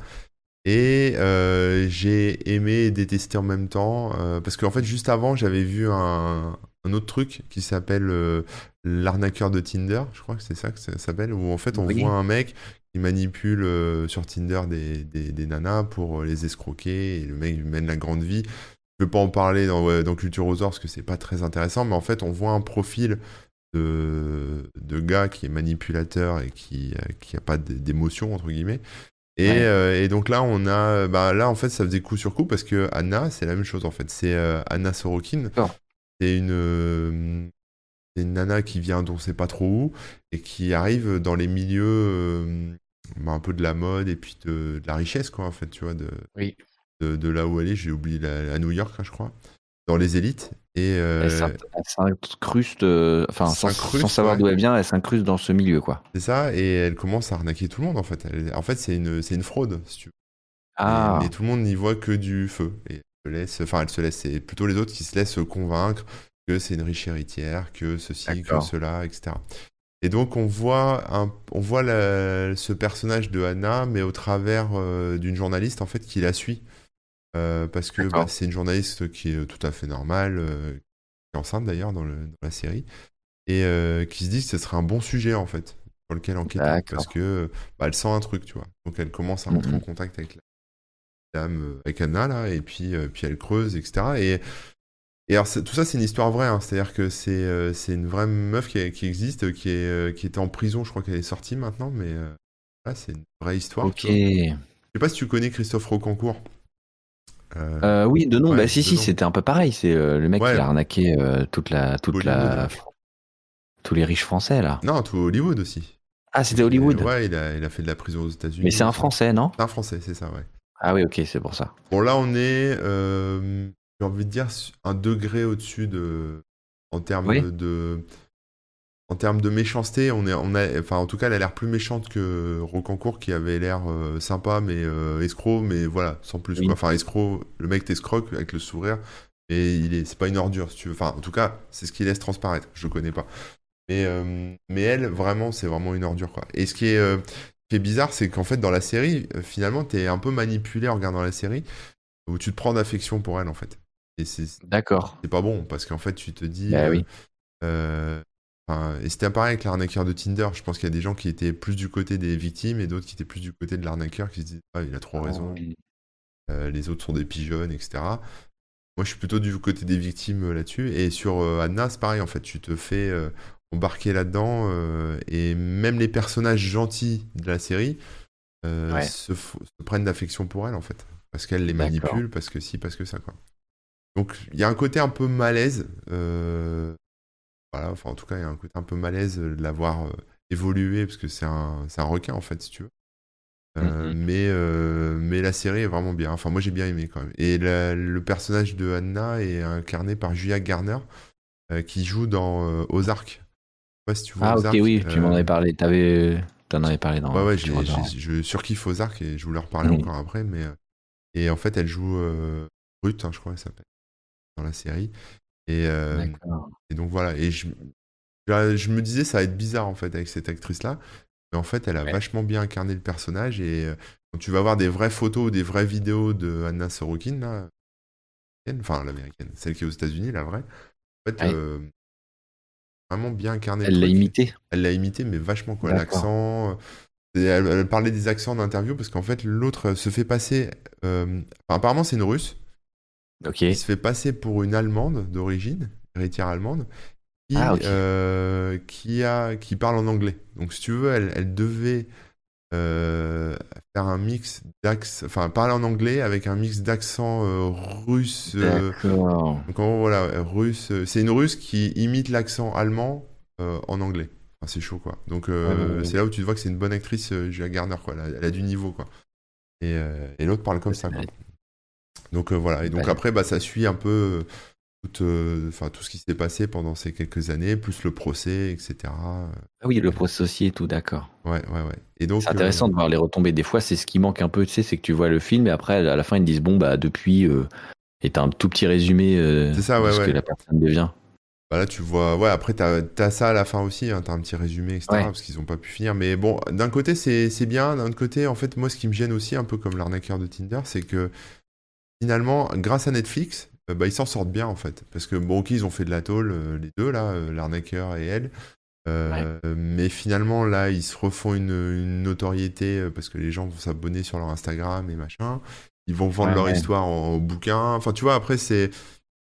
Et euh, j'ai aimé et détesté en même temps, euh, parce qu'en fait, juste avant, j'avais vu un, un autre truc qui s'appelle euh, L'arnaqueur de Tinder, je crois que c'est ça que ça s'appelle, où en fait, on voit Oui. un mec qui manipule euh, sur Tinder des, des, des nanas pour euh, les escroquer, et le mec lui mène la grande vie. Je ne vais pas en parler dans, ouais, dans Culture aux Or, parce que c'est pas très intéressant, mais en fait, on voit un profil de, de gars qui est manipulateur et qui euh, qui a pas d- d'émotion entre guillemets. Et, Ouais, euh, et donc là, on a, bah là en fait, ça faisait coup sur coup parce que Anna, c'est la même chose en fait. C'est euh, Anna Sorokin. d'accord. C'est une, euh, c'est une nana qui vient d'on sait pas trop où et qui arrive dans les milieux euh, bah, un peu de la mode et puis de, de la richesse quoi en fait, tu vois, de, Oui. de, de là où elle est. J'ai oublié la, à New York, hein, je crois, dans les élites. Et Elle euh, s'in- elle s'incruste, euh, enfin, sans, sans s'incruste, savoir ouais. d'où elle vient, elle s'incruste dans ce milieu, quoi. C'est ça, et elle commence à arnaquer tout le monde en fait. Elle- en fait, c'est une, c'est une fraude, si tu veux. Et- mais Ah, tout le monde n'y voit que du feu. Et elle se laisse, enfin, elle se laisse, c'est plutôt les autres qui se laissent convaincre que c'est une riche héritière, que ceci, que d'accord. cela, et cetera. Et donc on voit, un, on voit la- ce personnage de Anna, mais au travers euh, d'une journaliste en fait qui la suit. Euh, parce que bah, D'accord. c'est une journaliste qui est tout à fait normale, euh, qui est enceinte d'ailleurs dans, le- dans la série, et euh, qui se dit que ce serait un bon sujet en fait, sur lequel enquêter, parce D'accord. que bah, elle sent un truc, tu vois. Donc elle commence à rentrer en Mhm. contact avec la dame, euh, avec Anna là, et puis, euh, puis elle creuse, et cetera. Et, et alors c'est- tout ça c'est une histoire vraie, hein. C'est-à-dire que c'est euh, c'est une vraie meuf qui, est- qui existe, qui, est, euh, qui était en prison, je crois qu'elle est sortie maintenant, mais euh, là c'est une vraie histoire, tu Ok. vois. Je sais pas si tu connais Christophe Rocancourt. Euh, Euh, oui, de nom, ouais, bah si, de si, nom. c'était un peu pareil. C'est euh, le mec qui Ouais, a arnaqué euh, toute la, toute Bollywood, la, ouais. tous les riches français, là. Non, tout Hollywood aussi. Ah, Il c'était fait- Hollywood. Ouais, il a, il a fait de la prison aux Mais c'est États-Unis et un tout. français, non? C'est un Français, c'est ça, ouais. Ah oui, ok, c'est pour ça. Bon, là, on est, euh, j'ai envie de dire, su- un degré au-dessus de, en Oui? termes de, en termes de méchanceté. On est, on a, enfin, en tout cas, elle a l'air plus méchante que Rocancourt, qui avait l'air euh, sympa, mais euh, escroc, mais voilà, sans plus, quoi. Oui. Enfin, escroc, le mec t'escroque avec le sourire, mais il est, c'est pas une ordure, si tu veux. Enfin, en tout cas, c'est ce qu'il laisse transparaître. Je le connais pas. Mais, euh, mais elle, vraiment, c'est vraiment une ordure, quoi. Et ce qui est, euh, ce qui est bizarre, c'est qu'en fait, dans la série, euh, finalement, t'es un peu manipulé en regardant la série, où tu te prends d'affection pour elle, en fait. Et c'est D'accord. c'est pas bon, parce qu'en fait, tu te dis... Bah euh, oui. euh, enfin, et c'était pareil avec l'arnaqueur de Tinder. Je pense qu'il y a des gens qui étaient plus du côté des victimes et d'autres qui étaient plus du côté de l'arnaqueur, qui se disent, ah, il a trop Ah raison, oui. euh, les autres sont des pigeons, et cetera. Moi, je suis plutôt du côté des victimes euh, là-dessus. Et sur euh, Anna, c'est pareil, en fait. Tu te fais euh, embarquer là-dedans. Euh, et même les personnages gentils de la série euh, Ouais, se, f- se prennent d'affection pour elle, en fait. Parce qu'elle les d'accord. manipule, parce que si, parce que ça, quoi. Donc, il y a un côté un peu malaise. euh, voilà, enfin, en tout cas, il y a un côté un peu malaise euh, de l'avoir euh, évolué, parce que c'est un, c'est un requin, en fait, si tu veux. Euh, Mhm. mais, euh, mais la série est vraiment bien. Enfin, moi, j'ai bien aimé quand même. Et la- le personnage de Anna est incarné par Julia Garner, euh, qui joue dans euh, Ozark. Je sais pas si tu vois Ah ok, Ozark. oui, tu m'en Euh, avais parlé. T'avais, t'en avais parlé ouais, dans ouais, Futur j'ai, j'ai- Genre. je surkiffe Ozark et je voulais en reparler Mhm. encore après. Mais, euh, et en fait, elle joue euh, Ruth, hein, je crois, elle s'appelle, dans la série. Et, euh, D'accord. et donc voilà. Et je, je je me disais, ça va être bizarre en fait avec cette actrice-là. Mais en fait, elle a Ouais. vachement bien incarné le personnage. Et euh, quand tu vas voir des vraies photos ou des vraies vidéos de Anna Sorokin, là, enfin l'américaine, celle qui est aux États-Unis, la vraie, en fait, Ouais. euh, vraiment bien incarné le Elle l'a truc. imité. Elle l'a imité, mais vachement quoi. D'accord. L'accent. euh, et Elle, elle parlait des accents d'interview parce qu'en fait, l'autre euh, se fait passer. euh, enfin, apparemment, c'est une russe Ok. qui se fait passer pour une allemande d'origine, héritière allemande, Ah qui, ok. euh, qui, a, qui parle en anglais. Donc, si tu veux, elle, elle devait euh, faire un mix d'accent, enfin parler en anglais avec un mix d'accent euh, russe. euh, D'accord. donc en gros, voilà, euh, russe. euh, c'est une russe qui imite l'accent allemand euh, en anglais. Enfin, c'est chaud, quoi. Donc Ouais, ouais, euh, ouais. c'est là où tu vois que c'est une bonne actrice, euh, Julia Garner, quoi. Elle a, elle a du niveau, quoi. Et, euh, et l'autre parle comme Ça, ça, c'est quoi. nice. Donc euh, voilà. Et donc Ouais. après, bah, ça suit un peu euh, tout, euh, enfin, tout ce qui s'est passé pendant ces quelques années, plus le procès, et cetera. Ah oui, le procès aussi et tout, d'accord. Ouais, ouais, ouais. Et C'est donc, euh, intéressant de voir les retombées. Des fois, c'est ce qui manque un peu, tu sais, c'est que tu vois le film et après, à la fin, ils te disent, bon, bah, depuis, euh, et t'as un tout petit résumé euh, c'est ça, de ouais, ce que ouais. la personne devient. Bah là, tu vois, ouais, après, t'as, t'as ça à la fin aussi, hein, t'as un petit résumé, et cetera, Ouais, parce qu'ils ont pas pu finir. Mais bon, d'un côté, c'est, c'est bien, d'un autre côté, en fait, moi, ce qui me gêne aussi, un peu comme l'arnaqueur de Tinder, c'est que finalement, grâce à Netflix, euh, bah, ils s'en sortent bien, en fait. Parce que, bon, ok, ils ont fait de la tôle, euh, les deux, là, euh, l'arnaqueur et elle. ouais, Euh, mais finalement, là, ils se refont une, une notoriété euh, parce que les gens vont s'abonner sur leur Instagram et machin. Ils vont vendre ouais, leur ouais. histoire en, en bouquin. Enfin, tu vois, après, c'est.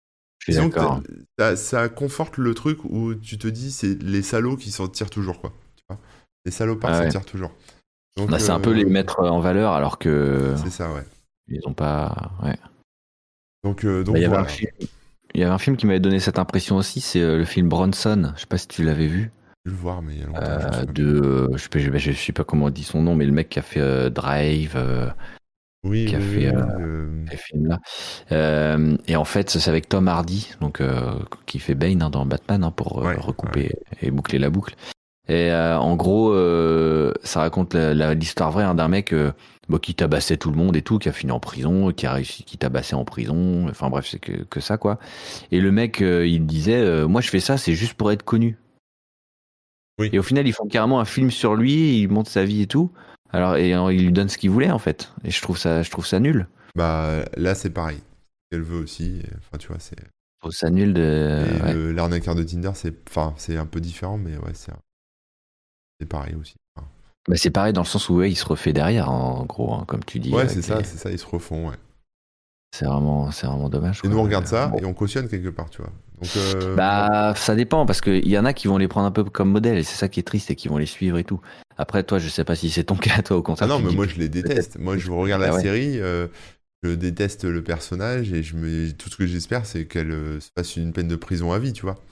suis disons que d'accord. t'as- ça, ça conforte le truc où tu te dis c'est les salauds qui s'en tirent toujours, quoi. Tu vois. Les salopards Ah s'en ouais. tirent toujours. Donc, Bah, c'est un peu les euh, mettre en valeur alors que c'est ça, ouais. ils ont pas. Ouais. Donc, euh, Bah, donc il y avait un voilà. film, il y avait un film qui m'avait donné cette impression aussi, c'est euh, le film Bronson. Je sais pas si tu l'avais vu. Je vais le voir, mais il y a longtemps que je me Euh, souviens de, plus. euh, je sais pas, je, je sais pas comment on dit son nom, mais le mec qui a fait euh, Drive, euh, Oui, qui a oui, oui, fait euh, oui. le- ces films-là. Euh, et en fait, c'est avec Tom Hardy, donc euh, qui fait Bane hein, dans Batman hein, pour euh, Ouais, ouais. recouper et boucler la boucle. Et euh, en gros, euh, ça raconte la- la- l'histoire vraie hein, d'un mec euh, bon, qui tabassait tout le monde et tout, qui a fini en prison, qui a réussi, qui tabassait en prison. Enfin bref, c'est que, que ça quoi. Et le mec, euh, il disait, euh, moi je fais ça, c'est juste pour être connu. Oui. Et au final, ils font carrément un film sur lui, ils montrent sa vie et tout. Alors, et euh, il lui donne ce qu'il voulait en fait. Et je trouve ça, je trouve ça nul. Bah, là, c'est pareil. Elle veut aussi. et- Enfin, tu vois, c'est. Je trouve ça nul de. Et Ouais. le- l'arnaqueur de Tinder, c'est. Enfin, c'est un peu différent, mais ouais, c'est c'est pareil aussi. Enfin, Bah, c'est pareil dans le sens où ouais, il se refait derrière, en gros, hein, comme tu dis. ouais, avec c'est ça, les- c'est ça, ils se refont, ouais. C'est vraiment, c'est vraiment dommage. Et nous, Quoi. on regarde ça Bon. et on cautionne quelque part, tu vois. Donc, euh, Bah, ça dépend parce qu'il y en a qui vont les prendre un peu comme modèle et c'est ça qui est triste et qui vont les suivre et tout. Après, toi, je sais pas si c'est ton cas, toi, au ah contraire. non, Tu te mais dis moi, je les peut-être. déteste. Moi, je regarde Ah la ouais. série, euh, je déteste le personnage et je me... tout ce que j'espère, c'est qu'elle euh, se fasse une peine de prison à vie, tu vois.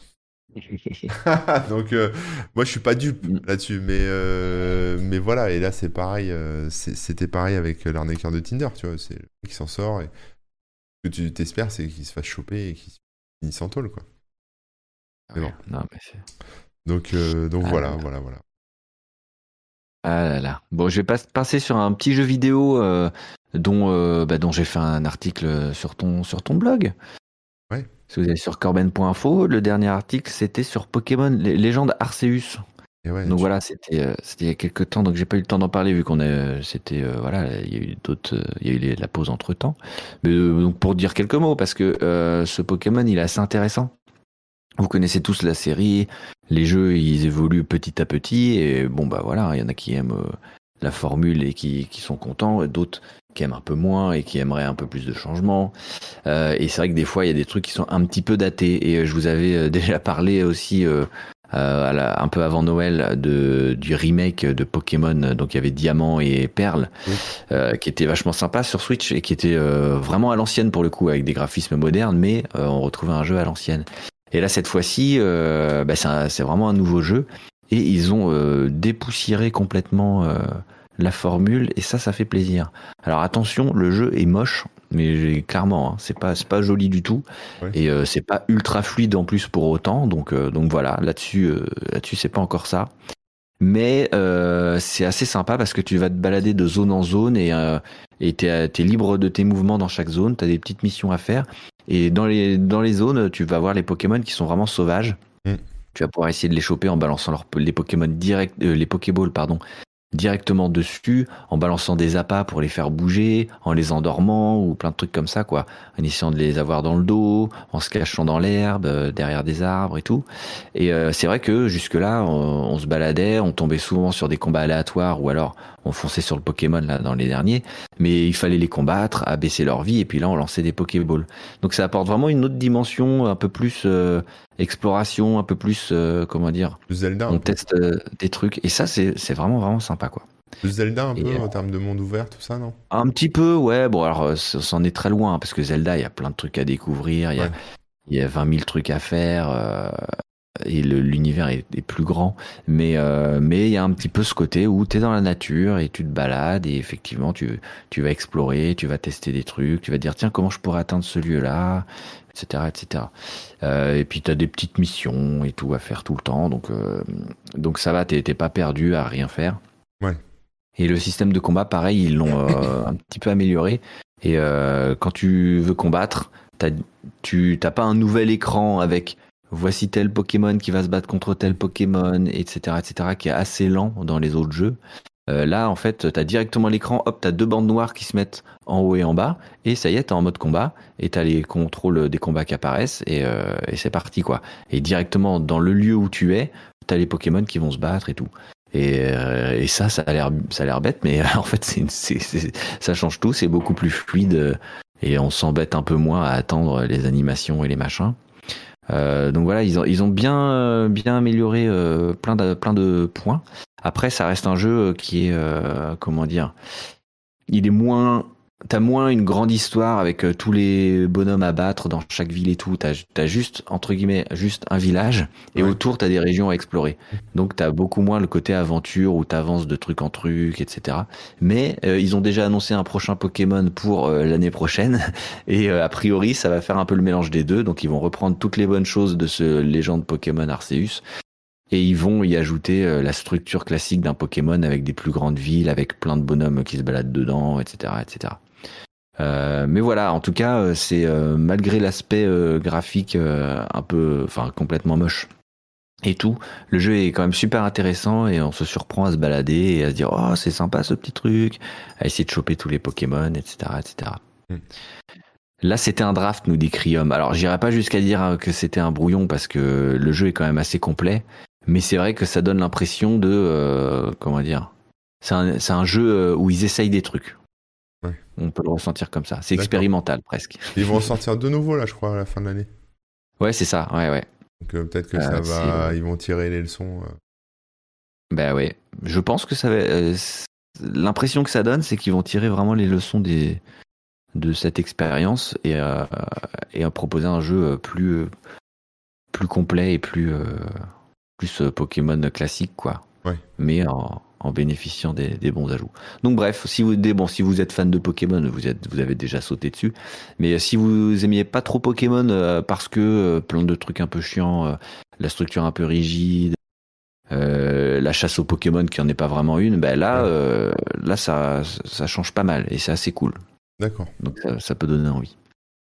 Donc, euh, moi, je suis pas dupe Mm. là-dessus, mais, euh, mais voilà. Et là, c'est pareil. euh, c'est- C'était pareil avec l'arnaqueur de Tinder, tu vois. C'est le mec qui s'en sort et ce que tu t'espères, c'est qu'il se fasse choper et qu'il finisse en tôle, quoi. Mais Ouais, bon. non, mais c'est- Donc, euh, donc Ah voilà, là là. voilà, voilà. Ah là là. Bon, je vais pas passer sur un petit jeu vidéo euh, dont, euh, bah, dont j'ai fait un article sur ton, sur ton blog. Ouais. Si vous allez sur corben point info, le dernier article c'était sur Pokémon Lé- Légende Arceus. Et ouais, Donc tu- voilà, c'était euh, c'était il y a quelques temps, donc j'ai pas eu le temps d'en parler vu qu'on est c'était euh, voilà, il y a eu d'autres euh, il y a eu les- la pause entre temps. Mais euh, donc pour dire quelques mots parce que euh, ce Pokémon il est assez intéressant. Vous connaissez tous la série, les jeux ils évoluent petit à petit et bon bah voilà, il y en a qui aiment euh, la formule et qui, qui sont contents, et d'autres qui aiment un peu moins et qui aimeraient un peu plus de changements. Euh, et c'est vrai que des fois il y a des trucs qui sont un petit peu datés et euh, je vous avais euh, déjà parlé aussi euh, euh, à la- un peu avant Noël de, du remake de Pokémon, donc il y avait Diamant et Perle, Oui. euh, qui était vachement sympa sur Switch et qui était euh, vraiment à l'ancienne pour le coup avec des graphismes modernes, mais euh, on retrouvait un jeu à l'ancienne. Et là, cette fois-ci, euh, bah, c'est, un- c'est vraiment un nouveau jeu. Et ils ont euh, dépoussiéré complètement euh, la formule. Et ça, ça fait plaisir. Alors attention, le jeu est moche. Mais j'ai- clairement, hein, c'est pas, c'est pas joli du tout. Ouais. Et euh, c'est pas ultra fluide en plus pour autant. Donc, euh, donc voilà, là-dessus, euh, là-dessus, c'est pas encore ça. Mais euh, c'est assez sympa parce que tu vas te balader de zone en zone et euh, et t'es, t'es libre de tes mouvements dans chaque zone. T'as des petites missions à faire. Et dans les, dans les zones, tu vas voir les Pokémon qui sont vraiment sauvages. Mm. Tu vas pouvoir essayer de les choper en balançant leurs- les Pokémon direct, euh, les Pokéballs, pardon, directement dessus, en balançant des appâts pour les faire bouger, en les endormant ou plein de trucs comme ça, quoi. En essayant de les avoir dans le dos, en se cachant dans l'herbe, euh, derrière des arbres et tout. Et euh, c'est vrai que jusque-là, on, on se baladait, on tombait souvent sur des combats aléatoires ou alors on fonçait sur le Pokémon là dans les derniers, mais il fallait les combattre, abaisser leur vie et puis là on lançait des Pokéballs. Donc ça apporte vraiment une autre dimension, un peu plus euh, exploration, un peu plus euh, comment dire, Plus Zelda, un on peu. teste euh, des trucs et ça c'est c'est vraiment vraiment sympa quoi. Plus Zelda, un Et peu, euh, en termes de monde ouvert, tout ça, non? un petit peu ouais, bon alors euh, ça c'en est très loin parce que Zelda il y a plein de trucs à découvrir, il y a Ouais. il y a vingt mille trucs à faire. euh, et le- l'univers est, est plus grand, mais euh, mais il y a un petit peu ce côté où tu es dans la nature et tu te balades et effectivement tu tu vas explorer, tu vas tester des trucs, tu vas te dire tiens comment je pourrais atteindre ce lieu-là, et cetera et cetera. Euh, et puis tu as des petites missions et tout à faire tout le temps, donc euh, donc ça va, t'es t'es pas perdu à rien faire. Ouais. Et le système de combat, pareil, ils l'ont euh, un petit peu amélioré. Et euh, quand tu veux combattre, t'as, tu t'as pas un nouvel écran avec voici tel Pokémon qui va se battre contre tel Pokémon, et cetera, et cetera, qui est assez lent dans les autres jeux. Euh, là, en fait, t'as directement l'écran, hop, t'as deux bandes noires qui se mettent en haut et en bas, et ça y est, t'es en mode combat, et t'as les contrôles des combats qui apparaissent, et, euh, et c'est parti, quoi. Et directement dans le lieu où tu es, t'as les Pokémon qui vont se battre et tout. Et, euh, et ça, ça a l'air, ça a l'air bête, mais en fait, c'est, une- c'est, c'est- ça change tout, c'est beaucoup plus fluide, euh, et on s'embête un peu moins à attendre les animations et les machins. Euh, donc voilà, ils ont, ils ont bien, euh, bien amélioré euh, plein de, plein de points. Après, ça reste un jeu qui est, euh, comment dire, il est moins. T'as moins une grande histoire avec euh, tous les bonhommes à battre dans chaque ville et tout. T'as, t'as juste, entre guillemets, juste un village et Ouais. autour, t'as des régions à explorer. Donc, t'as beaucoup moins le côté aventure où t'avances de truc en truc, et cetera. Mais euh, ils ont déjà annoncé un prochain Pokémon pour euh, l'année prochaine. Et euh, a priori, ça va faire un peu le mélange des deux. Donc, ils vont reprendre toutes les bonnes choses de ce légende Pokémon Arceus. Et ils vont y ajouter euh, la structure classique d'un Pokémon avec des plus grandes villes, avec plein de bonhommes qui se baladent dedans, et cetera, et cetera. Euh, mais voilà, en tout cas, euh, c'est euh, malgré l'aspect euh, graphique euh, un peu, enfin complètement moche et tout, le jeu est quand même super intéressant et on se surprend à se balader et à se dire oh c'est sympa ce petit truc, à essayer de choper tous les Pokémon, et cetera, et cetera. Mm. Là, c'était un draft, nous dit Crium. Alors, j'irai pas jusqu'à dire hein, que c'était un brouillon parce que le jeu est quand même assez complet, mais c'est vrai que ça donne l'impression de, euh, comment dire, c'est un, c'est un jeu euh, où ils essayent des trucs. Ouais. On peut le ressentir comme ça. C'est D'accord. expérimental presque. Ils vont en sortir de nouveau, là, je crois, à la fin de l'année. Ouais, c'est ça. Ouais, ouais. Donc euh, peut-être que Euh, ça c'est, va. euh, Ils vont tirer les leçons. euh. bah ouais. Je pense que ça va. euh, c'est- l'impression que ça donne, c'est qu'ils vont tirer vraiment les leçons des de cette expérience et euh, et à proposer un jeu euh, plus euh, plus complet et plus euh, plus euh, Pokémon classique quoi. Ouais. Mais en, en bénéficiant des, des bons ajouts. Donc bref, si vous des bon, si vous êtes fan de Pokémon, vous êtes vous avez déjà sauté dessus. Mais si vous aimiez pas trop Pokémon euh, parce que euh, plein de trucs un peu chiants, euh, la structure un peu rigide, euh, la chasse aux Pokémon qui en est pas vraiment une, ben là Ouais. euh, là ça ça change pas mal et c'est assez cool. D'accord. Donc ça, ça peut donner envie.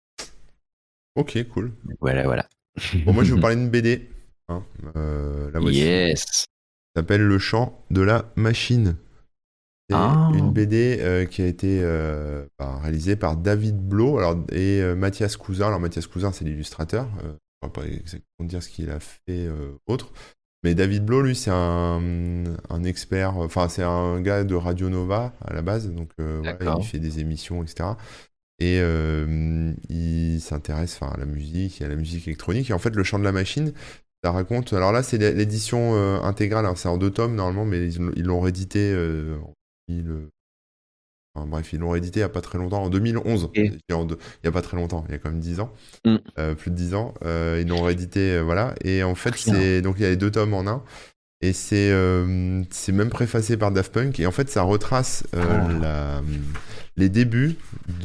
Ok, cool. Voilà voilà. Bon, moi, je vais vous parler d'une B D. Hein. Euh, la voici. Yes. Ça s'appelle Le Chant de la Machine. C'est Ah. une B D euh, qui a été euh, bah, réalisée par David Blo alors, et euh, Mathias Cousin. Alors, Mathias Cousin, c'est l'illustrateur. Euh, je ne pourrais pas exactement dire ce qu'il a fait euh, autre. Mais David Blo, lui, c'est un, un expert. Enfin, c'est un gars de Radio Nova à la base. Donc, euh, ouais, il D'accord. fait des émissions, et cetera. Et euh, il s'intéresse enfin, à la musique et à la musique électronique. Et en fait, Le Chant de la Machine, ça raconte. Alors là, c'est l'édition euh, intégrale. hein, C'est en deux tomes normalement, mais ils ils l'ont réédité. euh, en mille enfin, bref, ils l'ont réédité il n'y a pas très longtemps, en deux mille onze. Et- Je dis en deux- Il n'y a pas très longtemps, il y a quand même dix ans. Mm. euh, plus de dix ans. Euh, ils l'ont réédité, euh, voilà. Et en fait, Rien. c'est donc il y a les deux tomes en un. Et c'est euh, c'est même préfacé par Daft Punk. Et en fait, ça retrace euh, Ah. la, les débuts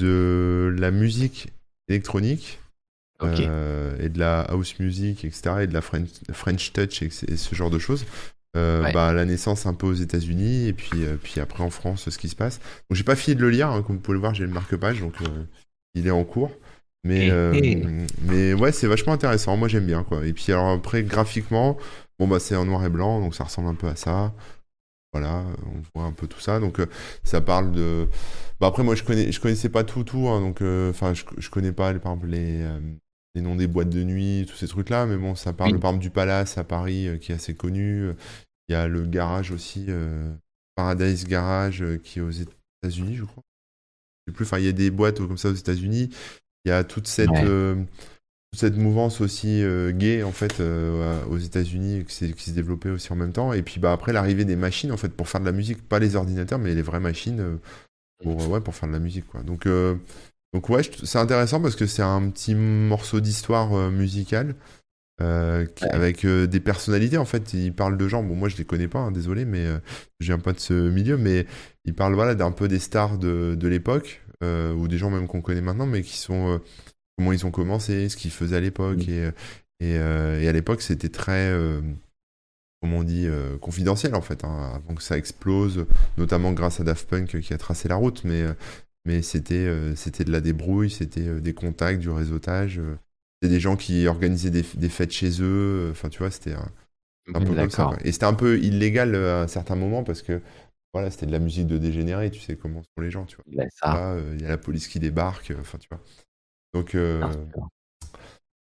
de la musique électronique Ok. euh, et de la house music, et cetera. Et de la French, French touch et, et ce genre de choses. Euh, Ouais. bah, la naissance un peu aux États-Unis et puis, euh, puis après en France, ce qui se passe. Donc, j'ai pas fini de le lire, hein, comme vous pouvez le voir, j'ai le marque-page, donc euh, il est en cours. Mais, Eh, euh, eh. mais ouais, c'est vachement intéressant. Moi, j'aime bien, quoi. Et puis, alors après, graphiquement, bon, bah, c'est en noir et blanc, donc ça ressemble un peu à ça. Voilà, on voit un peu tout ça. Donc, euh, ça parle de. Bah, après, moi, je connais, je connaissais pas tout, tout. hein, donc, euh, enfin, je, je connais pas, par exemple, les, euh, les noms des boîtes de nuit, tous ces trucs-là. Mais bon, ça parle, Oui. par exemple, du Palace à Paris, euh, qui est assez connu. Il y a le garage aussi, euh, Paradise Garage, euh, qui est aux États-Unis, je crois. Je sais plus. Enfin, il y a des boîtes comme ça aux États-Unis. Il y a toute cette, Ouais. euh, toute cette mouvance aussi euh, gay en fait euh, aux États-Unis qui, s'est- qui se développait aussi en même temps. Et puis bah après l'arrivée des machines en fait pour faire de la musique, pas les ordinateurs mais les vraies machines euh, pour euh, ouais pour faire de la musique quoi. Donc euh, donc ouais je- c'est intéressant parce que c'est un petit morceau d'histoire euh, musicale euh, qui- Ouais. avec euh, des personnalités en fait. Il parle de gens. Bon moi je les connais pas, hein, désolé mais euh, je viens pas de ce milieu mais il parle voilà d'un peu des stars de, de l'époque euh, ou des gens même qu'on connaît maintenant mais qui sont euh, comment ils ont commencé, ce qu'ils faisaient à l'époque. Mm. Et, et, euh, et à l'époque, c'était très, euh, comment on dit, euh, confidentiel en fait, hein, avant que ça explose, notamment grâce à Daft Punk qui a tracé la route. Mais, euh, mais c'était, euh, c'était de la débrouille, c'était euh, des contacts, du réseautage. euh, C'était des gens qui organisaient des, des fêtes chez eux. euh, Enfin, tu vois, c'était un, un peu comme ça. D'accord. quoi. Et c'était un peu illégal euh, à un certain moment parce que voilà, c'était de la musique de dégénérés, tu sais comment sont les gens, tu vois. Ben, ça. Là, euh, il y a la police qui débarque, euh, enfin, tu vois. Donc, euh, Ah, super.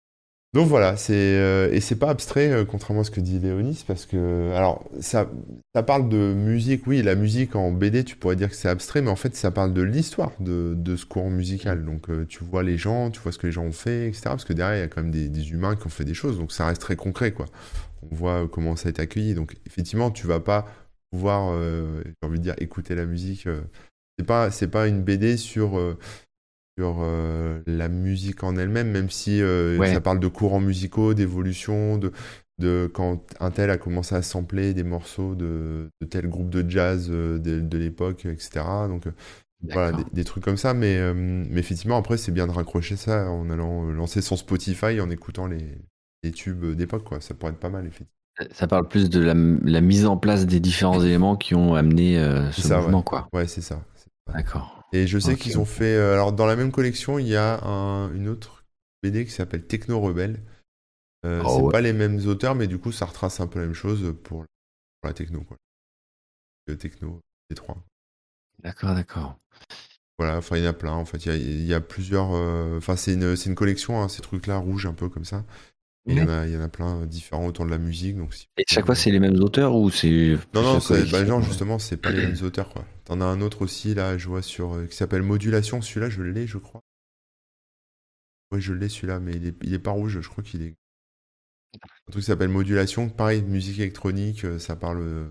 Donc voilà, c'est euh, et c'est pas abstrait, euh, contrairement à ce que dit Léonis, parce que alors ça, ça parle de musique, oui, la musique en B D, tu pourrais dire que c'est abstrait, mais en fait ça parle de l'histoire de, de ce courant musical. Donc euh, tu vois les gens, tu vois ce que les gens ont fait, et cetera. Parce que derrière il y a quand même des, des humains qui ont fait des choses, donc ça reste très concret, quoi. On voit euh, comment ça a été accueilli. Donc effectivement, tu vas pas pouvoir, euh, j'ai envie de dire, écouter la musique. euh, c'est pas, c'est pas une B D sur euh, sur euh, la musique en elle-même, même si euh, ça Ouais, parle de courants musicaux, d'évolution, de, de quand un tel a commencé à sampler des morceaux de, de tel groupe de jazz euh, de, de l'époque, et cetera. Donc euh, voilà, des, d'accord. des trucs comme ça, mais, euh, mais effectivement, après, c'est bien de raccrocher ça en allant euh, lancer son Spotify, en écoutant les, les tubes d'époque, quoi. Ça pourrait être pas mal, effectivement. Ça parle plus de la, la mise en place des différents éléments qui ont amené euh, C'est ce ça, ouais. mouvement, quoi. Ouais, c'est ça. c'est ça. D'accord. Et je sais Ok, qu'ils ont ok. fait. euh, alors, dans la même collection, il y a un- une autre B D qui s'appelle Techno Rebelle. Euh, Oh c'est ouais. pas les mêmes auteurs, mais du coup, ça retrace un peu la même chose pour, pour la techno, quoi. Le techno, les trois. D'accord, d'accord. Voilà, enfin, il y en a plein, en fait. Il y a, il y a plusieurs. euh, Enfin, c'est une, c'est une collection, hein, ces trucs-là, rouges, un peu comme ça. Et il y en Ouais. a, il y en a plein euh, différents autour de la musique. Donc, si Et vous chaque fois, voulez, euh, c'est les mêmes auteurs ou c'est non, plus non, la c'est- bah, collection? genre, justement, c'est pas les mêmes auteurs, quoi. T'en as un autre aussi, là, je vois sur. euh, qui s'appelle Modulation. Celui-là, je l'ai, je crois. Ouais, je l'ai, celui-là, mais il est, il est pas rouge, je crois qu'il est. Un truc qui s'appelle Modulation. Pareil, musique électronique, euh, ça parle euh,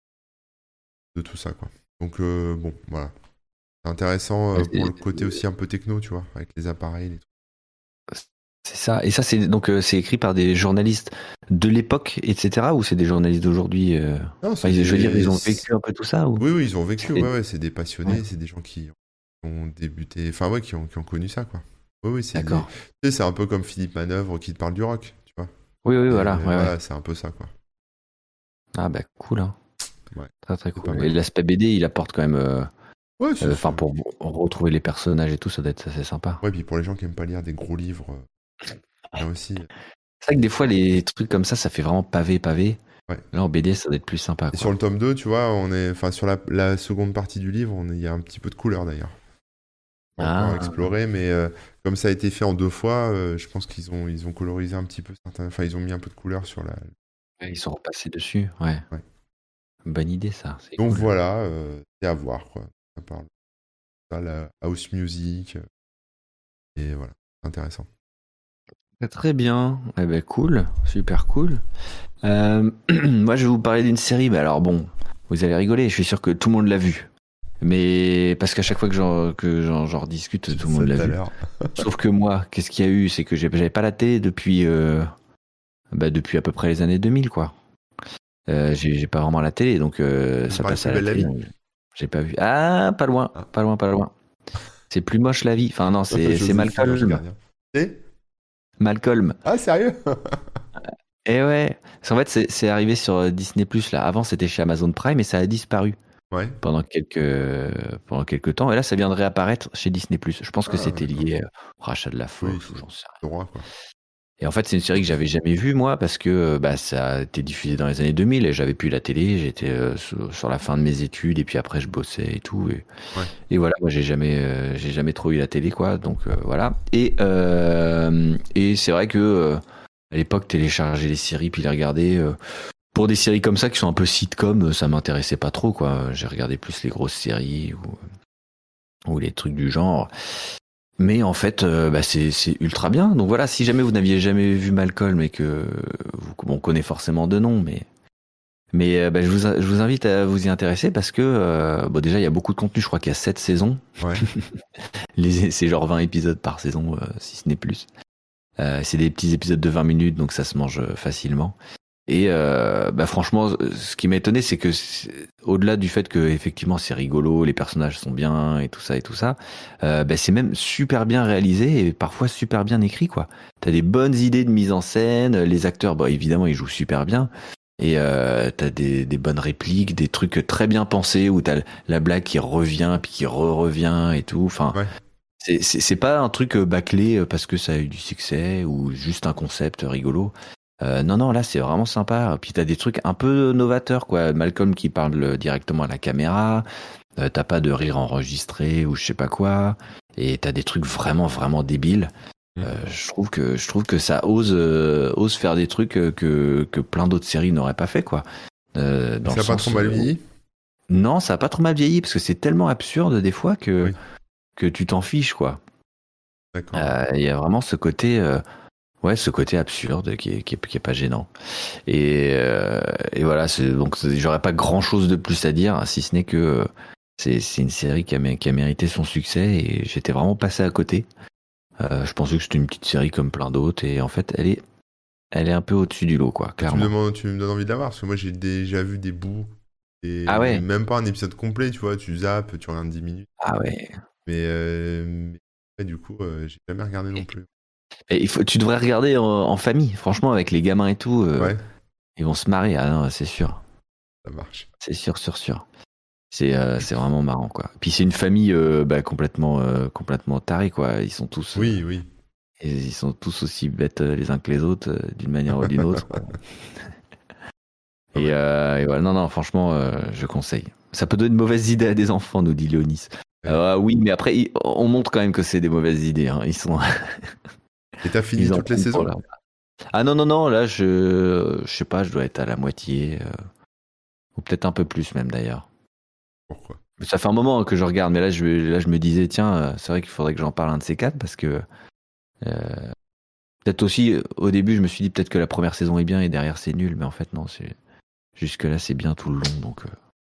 de tout ça, quoi. Donc, euh, bon, voilà. C'est intéressant Ouais, euh, pour c'est le côté aussi un peu techno, tu vois, avec les appareils, les trucs. c'est ça. Et ça, c'est donc euh, c'est écrit par des journalistes de l'époque, et cetera. Ou c'est des journalistes d'aujourd'hui euh, Non, Enfin, c'est je veux dire, des... ils ont c'est- vécu un peu tout ça ou Oui, oui, ils ont vécu, c'est ouais, ouais, c'est des ouais, passionnés, c'est des gens qui ont débuté, enfin, ouais, qui ont, qui ont connu ça, quoi. Oui, oui, c'est des... Tu d'accord. sais, c'est un peu comme Philippe Manœuvre qui te parle du rock, tu vois. Oui, oui, Et voilà. euh, Ouais, ouais. voilà, c'est un peu ça, quoi. Ah bah cool, hein. Ouais, Très très c'est pas cool. Et mal. l'aspect B D, il apporte quand même. euh, Ouais, c'est... euh, c'est- Enfin, pour retrouver les personnages et tout, ça doit être assez sympa. Ouais, puis pour les gens qui aiment pas lire des gros livres, euh, bien aussi. C'est vrai que des fois, les trucs comme ça, ça fait vraiment pavé, pavé. Ouais. Là, en B D, ça doit être plus sympa, Et sur quoi. le tome deux, tu vois, on est... Enfin, sur la, la seconde partie du livre, on est... il y a un petit peu de couleur, d'ailleurs. Pas encore Ah, exploré, mais euh, comme ça a été fait en deux fois, euh, je pense qu'ils ont, ils ont colorisé un petit peu certains. Enfin, ils ont mis un peu de couleur sur la. ouais, ils sont repassés dessus. Ouais. Ouais. Bonne idée, ça. C'est Donc cool. voilà, euh, c'est à voir, quoi. Ça parle de ça, la house music, euh, et voilà, intéressant. Très bien. Eh ben, cool. Super cool. Euh, moi, je vais vous parler d'une série. Mais alors, bon, vous allez rigoler. Je suis sûr que tout le monde l'a vue. Mais parce qu'à chaque fois que j'en que j'en j'en rediscute, Je tout dis le ça monde l'a tout à vue. l'heure. Sauf que moi, qu'est-ce qu'il y a eu? C'est que j'ai- j'avais pas la télé depuis, euh, bah, depuis à peu près les années deux mille, quoi. Euh, j'ai j'ai pas vraiment la télé, donc euh, Tu veux ça parler de passait Plus à la belle la télé. vie? Donc j'ai pas vu. Ah, pas loin, Ah. pas loin, pas loin. C'est plus moche la vie. Enfin non, c'est c'est Joséphine Ange Malcolm. Gardien. Et Malcolm. Ah, sérieux? Et ouais. Parce qu'en fait, c'est c'est arrivé sur euh, Disney Plus là. Avant, c'était chez Amazon Prime, et ça a disparu Ouais. pendant quelques pendant quelques temps. Et là, ça vient de réapparaître chez Disney Plus. Je pense que Ah, c'était d'accord. lié euh, au rachat de la Oui, Fox ou c'est j'en sais rien. le droit, quoi. Et en fait, c'est une série que j'avais jamais vue, moi, parce que euh, bah, ça a été diffusé dans les années deux mille et j'avais plus la télé. J'étais euh, sur, sur la fin de mes études et puis après, je bossais et tout. Et, Ouais. et voilà, moi, j'ai jamais, euh, j'ai jamais trop eu la télé, quoi. Donc euh, voilà. Et, euh, et c'est vrai que euh, à l'époque, télécharger les séries puis les regarder. euh, pour des séries comme ça qui sont un peu sitcom, euh, ça m'intéressait pas trop, quoi. J'ai regardé plus les grosses séries ou, ou les trucs du genre. Mais en fait, euh, bah, c'est c'est ultra bien. Donc voilà, si jamais vous n'aviez jamais vu Malcolm et que vous, bon, on connaît forcément de nom, mais mais euh, bah, je vous je vous invite à vous y intéresser parce que euh, bon, déjà il y a beaucoup de contenu. Je crois qu'il y a sept saisons. Ouais. Les c'est genre vingt épisodes par saison, euh, si ce n'est plus. Euh, c'est des petits épisodes de vingt minutes, donc ça se mange euh, facilement. Et euh, bah franchement, ce qui m'a étonné, c'est que c'est- au-delà du fait que effectivement c'est rigolo, les personnages sont bien et tout ça et tout ça, euh, bah, c'est même super bien réalisé et parfois super bien écrit, quoi. T'as des bonnes idées de mise en scène, les acteurs, bah évidemment ils jouent super bien et euh, t'as des, des bonnes répliques, des trucs très bien pensés où t'as la blague qui revient puis qui re-revient et tout. Enfin, Ouais. c'est c'est c'est pas un truc euh, bâclé euh, parce que ça a eu du succès ou juste un concept rigolo. Euh, non, non, là, c'est vraiment sympa. Puis t'as des trucs un peu novateurs, quoi. Malcolm qui parle euh, directement à la caméra. Euh, t'as pas de rire enregistré ou je sais pas quoi. Et t'as des trucs vraiment, vraiment débiles. Euh, Mhm. je trouve que je trouve que ça ose euh, ose faire des trucs euh, que que plein d'autres séries n'auraient pas fait quoi. Euh, Et dans le ça a pas trop sens mal euh, où- vieilli? non, ça a pas trop mal vieilli parce que c'est tellement absurde des fois que Oui, que tu t'en fiches quoi. d'accord. Euh, Il y a vraiment ce côté euh, ouais ce côté absurde qui est, qui est, qui est pas gênant. Et euh, et voilà c'est donc c'est- j'aurais pas grand chose de plus à dire si ce n'est que euh, c'est c'est une série qui a mé- qui a mérité son succès et j'étais vraiment passé à côté. Euh, je pensais que c'était une petite série comme plein d'autres et en fait elle est elle est un peu au-dessus du lot quoi Ah, tu me clairement. demandes, tu me donnes envie de la voir, parce que moi j'ai déjà vu des bouts, Ah et ouais. même pas un épisode complet, tu vois, tu zappes, tu regardes dix minutes. Ah ouais. Mais, euh, mais ouais, du coup, euh, j'ai jamais regardé non plus. Et il faut, tu devrais regarder en, en famille, franchement, avec les gamins et tout, euh, Ouais, ils vont se marrer, ah non, c'est sûr. ça marche. C'est sûr, sûr, sûr. C'est euh, c'est vraiment marrant, quoi. Puis c'est une famille euh, bah, complètement, euh, complètement tarée, quoi. Ils sont tous, euh, Oui, oui. ils sont tous aussi bêtes euh, les uns que les autres, euh, d'une manière ou d'une autre. Pas Et, mal. euh, et voilà, non, non, franchement, euh, je conseille. Ça peut donner de mauvaises idées à des enfants, nous dit Léonis. Ouais. Euh, oui, mais après, il- on montre quand même que c'est des mauvaises idées. Hein. Ils sont, Et t'as fini ils en toutes les prennent pour saisons? leur. Ah non, non, non, là, je, je sais pas, je dois être à la moitié, euh, ou peut-être un peu plus même d'ailleurs. Pourquoi? Ça fait un moment que je regarde, mais là, je, là, je me disais, tiens, euh, c'est vrai qu'il faudrait que j'en parle un de ces quatre, parce que euh, peut-être aussi, euh, au début, je me suis dit peut-être que la première saison est bien et derrière c'est nul, mais en fait, non, c'est jusque-là, c'est bien tout le long, donc euh,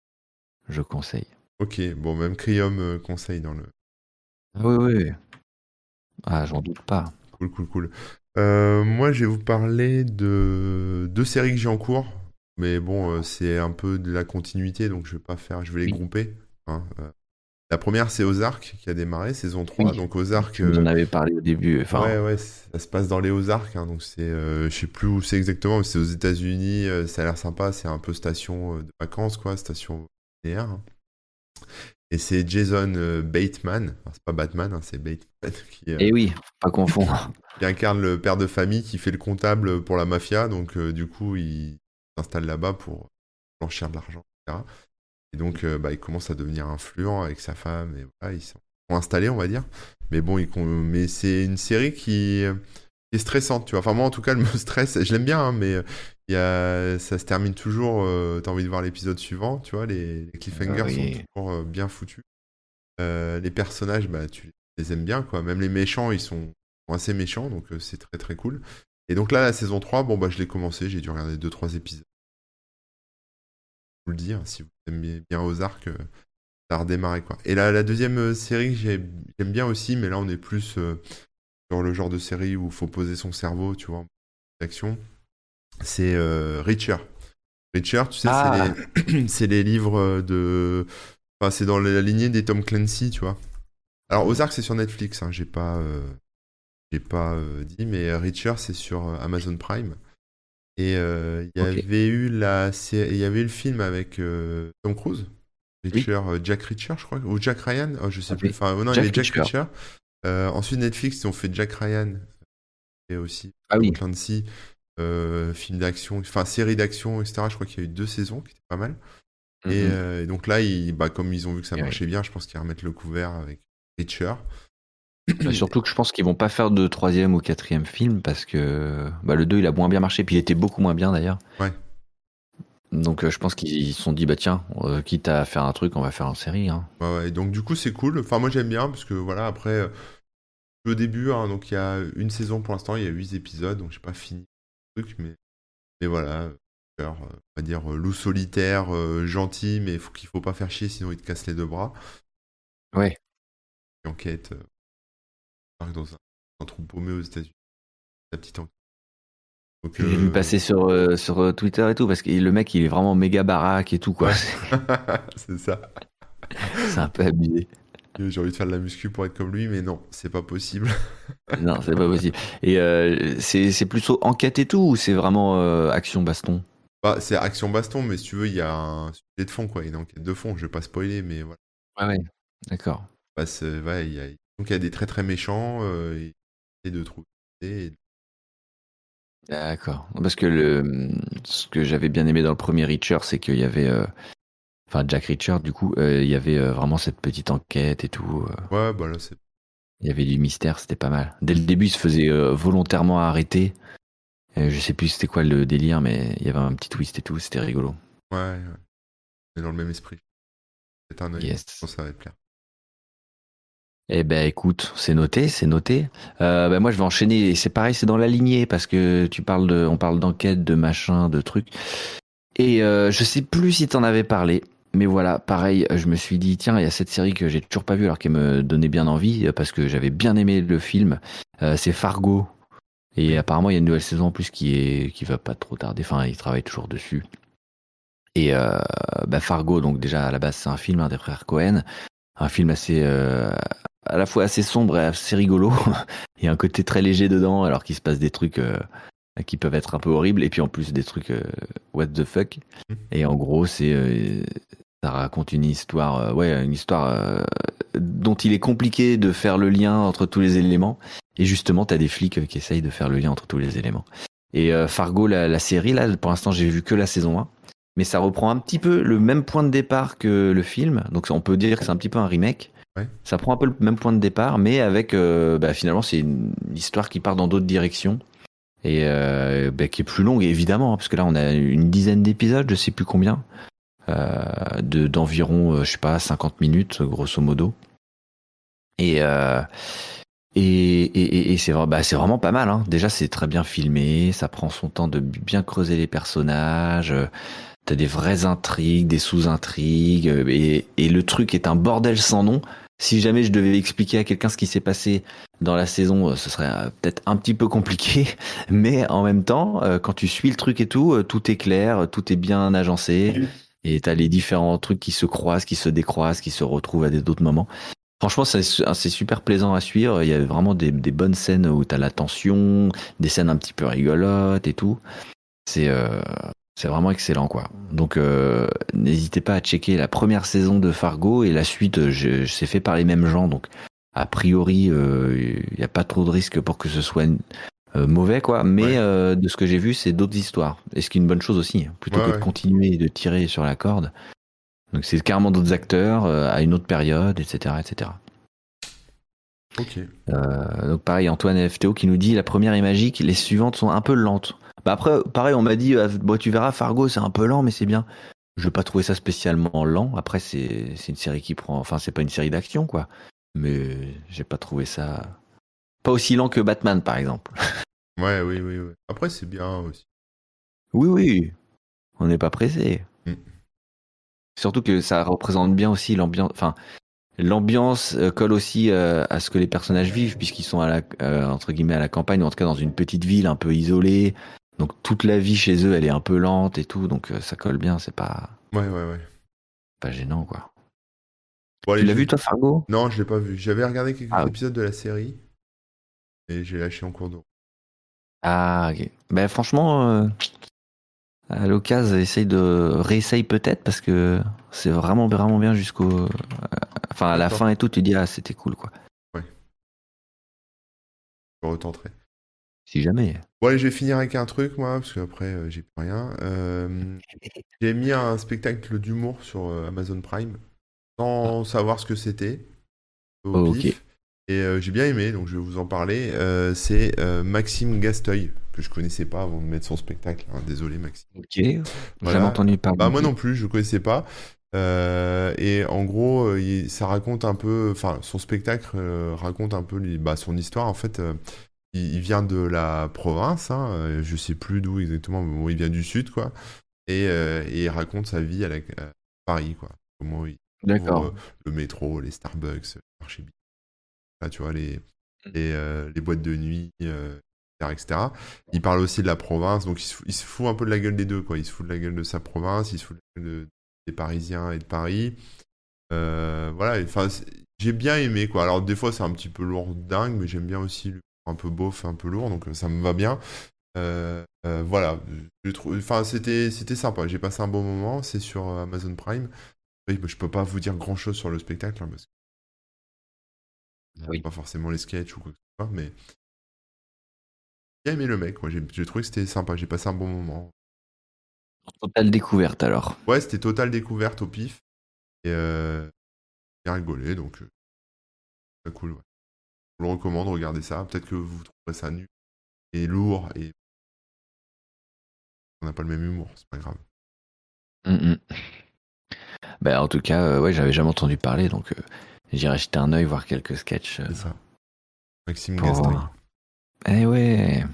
je conseille. Ok, bon, même Crium euh, conseille dans le. Ah oui, oui, oui. Ah, j'en doute pas. Cool, cool, cool. Euh, moi, je vais vous parler de deux séries que j'ai en cours, mais bon, euh, c'est un peu de la continuité, donc je vais pas faire, je vais les Oui, grouper, hein. Euh, la première, c'est Ozark qui a démarré, saison trois. oui. Donc Ozark, Tu m'en euh, avais parlé au début, ouais, enfin, ouais, ça se passe dans les Ozarks, hein, donc c'est, euh, je sais plus où c'est exactement, mais c'est aux États-Unis. Euh, ça a l'air sympa, c'est un peu station euh, de vacances, quoi, station balnéaire, hein. Et c'est Jason euh, Bateman, enfin, c'est pas Batman, hein, c'est Bateman qui, euh, eh oui, faut pas confondre. qui incarne le père de famille qui fait le comptable pour la mafia. Donc, euh, du coup, il s'installe là-bas pour blanchir de l'argent, et cetera. Et donc, euh, bah, il commence à devenir influent avec sa femme. Et voilà, ils sont installés, on va dire. Mais bon, il con- mais c'est une série qui, euh, qui est stressante, tu vois. Enfin, moi, en tout cas, elle me stresse. Je l'aime bien, hein, mais euh, il y a... ça se termine toujours. Euh, t'as envie de voir l'épisode suivant, tu vois. Les, les Ah cliffhangers sont oui. toujours euh, bien foutus. Euh, les personnages, bah, tu les aimes bien, quoi. Même les méchants, ils sont sont assez méchants, donc euh, c'est très très cool. Et donc là, la saison trois, bon, bah, je l'ai commencé, j'ai dû regarder deux trois épisodes. Je vous le dire, si vous aimez bien Ozark, euh, ça a redémarré, quoi. Et là, la deuxième euh, série que j'ai- j'aime bien aussi, mais là, on est plus euh, sur le genre de série où il faut poser son cerveau, tu vois, en action, c'est euh, Reacher. Reacher, tu sais, c'est Ah, les, c'est les livres euh, de. Enfin, c'est dans la lignée des Tom Clancy, tu vois. Alors, Ozark, c'est sur Netflix, hein, j'ai pas. euh, J'ai pas euh, dit, mais Reacher, c'est sur euh, Amazon Prime. Et euh, il y ok. avait eu la, sé- il y avait eu le film avec euh, Tom Cruise, Oui, Reacher, euh, Jack Reacher, je crois, ou Jack Ryan, oh, je sais plus. ok. Enfin, euh, non, il y Jack avait Jack Reacher. Reacher. Euh, ensuite, Netflix, ils ont fait Jack Ryan et aussi Ah Tom oui. Clancy, euh, film d'action, enfin série d'action, et cetera. Je crois qu'il y a eu deux saisons qui étaient pas mal. Et, Mhm. euh, et donc là, ils- bah, comme ils ont vu que ça Et oui. marchait bien, je pense qu'ils remettent le couvert avec Reacher. Bah, surtout que je pense qu'ils vont pas faire de troisième ou quatrième film parce que bah, le deux il a moins bien marché, puis il était beaucoup moins bien d'ailleurs. Ouais. Donc euh, je pense qu'ils se sont dit, bah tiens, euh, quitte à faire un truc, on va faire en série. Hein. Ouais, ouais. Et donc du coup, c'est cool. Enfin, moi, j'aime bien parce que voilà, après. euh, Au début, hein, donc il y a une saison pour l'instant, il y a huit épisodes, donc j'ai pas fini le truc, mais, mais voilà, euh, cœur, euh, on va dire euh, loup solitaire, euh, gentil, mais faut qu'il faut pas faire chier, sinon il te casse les deux bras. Ouais. Et enquête, euh, part dans un, un trou paumé aux États-Unis, la petite enquête. Donc, J'ai vu euh, passer sur, euh, sur euh, Twitter et tout, parce que le mec il est vraiment méga baraque et tout, quoi. ouais, C'est c'est ça. c'est un peu abusé. J'ai envie de faire de la muscu pour être comme lui, mais non, c'est pas possible. Non, c'est pas possible. Et euh, c'est c'est plutôt enquête et tout, ou c'est vraiment euh, action baston? Bah, c'est action baston, mais si tu veux, il y a un sujet de fond, quoi, une enquête de fond. Je vais pas spoiler, mais voilà. Ouais, ouais. D'accord. Bah, c'est- ouais, il y a... Donc il y a des très très méchants, euh, et et de trouver. Et D'accord. Parce que le, ce que j'avais bien aimé dans le premier Reacher, c'est qu'il y avait, euh, enfin Jack Reacher, du coup, euh, il y avait euh, vraiment cette petite enquête et tout. euh. ouais, bah là, c'est Il y avait du mystère, c'était pas mal. Dès le début, il se faisait euh, volontairement arrêter. Euh, je sais plus c'était quoi le délire, mais il y avait un petit twist et tout, c'était rigolo. Ouais, ouais. On est dans le même esprit. C'est un œil. Je Yes. pense que ça va être plaire. Eh ben écoute, c'est noté, c'est noté. Euh, ben moi je vais enchaîner, et c'est pareil, c'est dans la lignée parce que tu parles de, on parle d'enquête, de machin, de trucs. Et euh, je sais plus si t'en avais parlé, mais voilà, pareil, je me suis dit tiens, il y a cette série que j'ai toujours pas vue alors qu'elle me donnait bien envie euh, parce que j'avais bien aimé le film. Euh, c'est Fargo. Et Oui. apparemment il y a une nouvelle saison en plus qui est qui va pas trop tarder. Enfin, ils travaillent toujours dessus. Et euh, bah, Fargo, donc déjà à la base c'est un film hein, des frères Cohen, un film assez euh, à la fois assez sombre et assez rigolo. Il y a un côté très léger dedans, alors qu'il se passe des trucs euh, qui peuvent être un peu horribles, et puis en plus des trucs euh, what the fuck. Hmm. Et en gros, c'est euh, ça raconte une histoire, euh, ouais, une histoire euh, dont il est compliqué de faire le lien entre tous les éléments. Et justement, t'as des flics euh, qui essayent de faire le lien entre tous les éléments. Et euh, Fargo, la, la série, là, pour l'instant, j'ai vu que la saison un. Mais ça reprend un petit peu le même point de départ que le film. Donc on peut dire que c'est un petit peu un remake. Ouais. Ça prend un peu le même point de départ, mais avec euh, bah, finalement c'est une histoire qui part dans d'autres directions et euh, bah, qui est plus longue évidemment, hein, parce que là on a une dizaine d'épisodes, je sais plus combien, euh, de d'environ euh, je sais pas cinquante minutes grosso modo. Et euh, et, et, et- et c'est vra- bah, c'est vraiment pas mal. Hein. Déjà c'est très bien filmé, ça prend son temps de bien creuser les personnages. euh, T'as des vraies intrigues, des sous-intrigues, euh, et, et le truc est un bordel sans nom. Si jamais je devais expliquer à quelqu'un ce qui s'est passé dans la saison, euh, ce serait euh, peut-être un petit peu compliqué, mais en même temps, euh, quand tu suis le truc et tout, euh, tout est clair, euh, tout est bien agencé, et t'as les différents trucs qui se croisent, qui se décroisent, qui se retrouvent à des d'autres moments. Franchement, c'est c'est super plaisant à suivre. Il y a vraiment des, des bonnes scènes où t'as la tension, des scènes un petit peu rigolotes et tout. C'est euh, c'est vraiment excellent, quoi. Donc, euh, n'hésitez pas à checker la première saison de Fargo et la suite, euh, je, je- c'est fait par les mêmes gens. Donc, a priori, euh, il n'y a pas trop de risque pour que ce soit euh, mauvais, quoi. Mais Ouais. euh, de ce que j'ai vu, c'est d'autres histoires. Et ce qui est une bonne chose aussi, hein, plutôt Ouais, que de ouais. continuer de tirer sur la corde. Donc, c'est carrément d'autres acteurs euh, à une autre période, et cetera, et cetera. Ok. Euh, donc pareil, Antoine F T O qui nous dit la première est magique, les suivantes sont un peu lentes. Bah après, pareil, on m'a dit, euh, bon, tu verras, Fargo, c'est un peu lent, mais c'est bien. Je n'ai pas trouvé ça spécialement lent. Après, c'est c'est une série qui prend, enfin, c'est pas une série d'action, quoi. Mais j'ai pas trouvé ça pas aussi lent que Batman, par exemple. Ouais, oui, oui, oui. Après, c'est bien aussi. Oui, oui, on n'est pas pressé. Hmm. Surtout que ça représente bien aussi l'ambiance. Enfin, l'ambiance euh, colle aussi euh, à ce que les personnages vivent, puisqu'ils sont à la, euh, entre guillemets à la campagne, ou en tout cas dans une petite ville un peu isolée. Donc toute la vie chez eux, elle est un peu lente et tout, donc euh, ça colle bien, c'est pas, Ouais, ouais, ouais. pas gênant, quoi. Bon, Tu allez, l'as je vu vais- toi, Fargo? Non, je l'ai pas vu. J'avais regardé Ah, quelques épisodes de la série et j'ai lâché en cours de route. ah ok. Ben franchement, euh, à l'occasion, essaye de réessaye peut-être parce que c'est vraiment vraiment bien jusqu'au, enfin à la D'accord. fin et tout, tu dis ah c'était cool quoi. Ouais, je retenterai. Si jamais. Bon, allez, je vais finir avec un truc, moi, parce qu'après, euh, j'ai plus rien. Euh, j'ai mis un spectacle d'humour sur euh, Amazon Prime, sans savoir ce que c'était, au Ok. pif. Et euh, j'ai bien aimé, donc je vais vous en parler. Euh, c'est euh, Maxime Gasteuil, que je connaissais pas avant de mettre son spectacle, hein. Désolé, Maxime. Ok. Jamais Voilà. entendu parler Bah non moi plus. non plus, je connaissais pas. Euh, et en gros, euh, il- ça raconte un peu, enfin, son spectacle euh, raconte un peu lui- bah, son histoire. En fait, euh, il, il vient de la province, hein, euh, je sais plus d'où exactement, mais bon, il vient du sud, quoi. Et, euh, et il raconte sa vie à, la- à Paris, quoi. Comment il découvre D'accord. euh, le métro, les Starbucks, le marché Big- là, tu vois, les, les, euh, les boîtes de nuit, euh, et cetera, et cetera. Il parle aussi de la province, donc il se, fout, il se fout un peu de la gueule des deux, quoi. Il se fout de la gueule de sa province, il se fout de la gueule de- des Parisiens et de Paris. Euh, voilà, enfin, c'est- j'ai bien aimé, quoi. Alors, des fois, c'est un petit peu lourd dingue, mais j'aime bien aussi l'humour un peu beauf, un peu lourd, donc euh, ça me va bien. Euh, euh, voilà, je trouve, enfin, c'était, c'était sympa. J'ai passé un bon moment. C'est sur euh, Amazon Prime. Oui, mais je peux pas vous dire grand-chose sur le spectacle, hein, parce que Oui. pas forcément les sketchs ou quoi que ce soit, mais j'ai bien aimé le mec. Moi, j'ai j'ai trouvé que c'était sympa. J'ai passé un bon moment. Totale découverte alors. Ouais, c'était totale découverte au pif et euh, bien rigolé, donc euh, très cool. Ouais. vous le recommande, regardez ça. Peut-être que vous trouverez ça nul et lourd et on n'a pas le même humour, c'est pas grave. Mm, mm. Ben, en tout cas, euh, ouais, j'avais jamais entendu parler, donc euh, j'irai jeter un œil, voir quelques sketchs. euh, C'est ça. Maxime pour Gastry. voir. Eh ouais,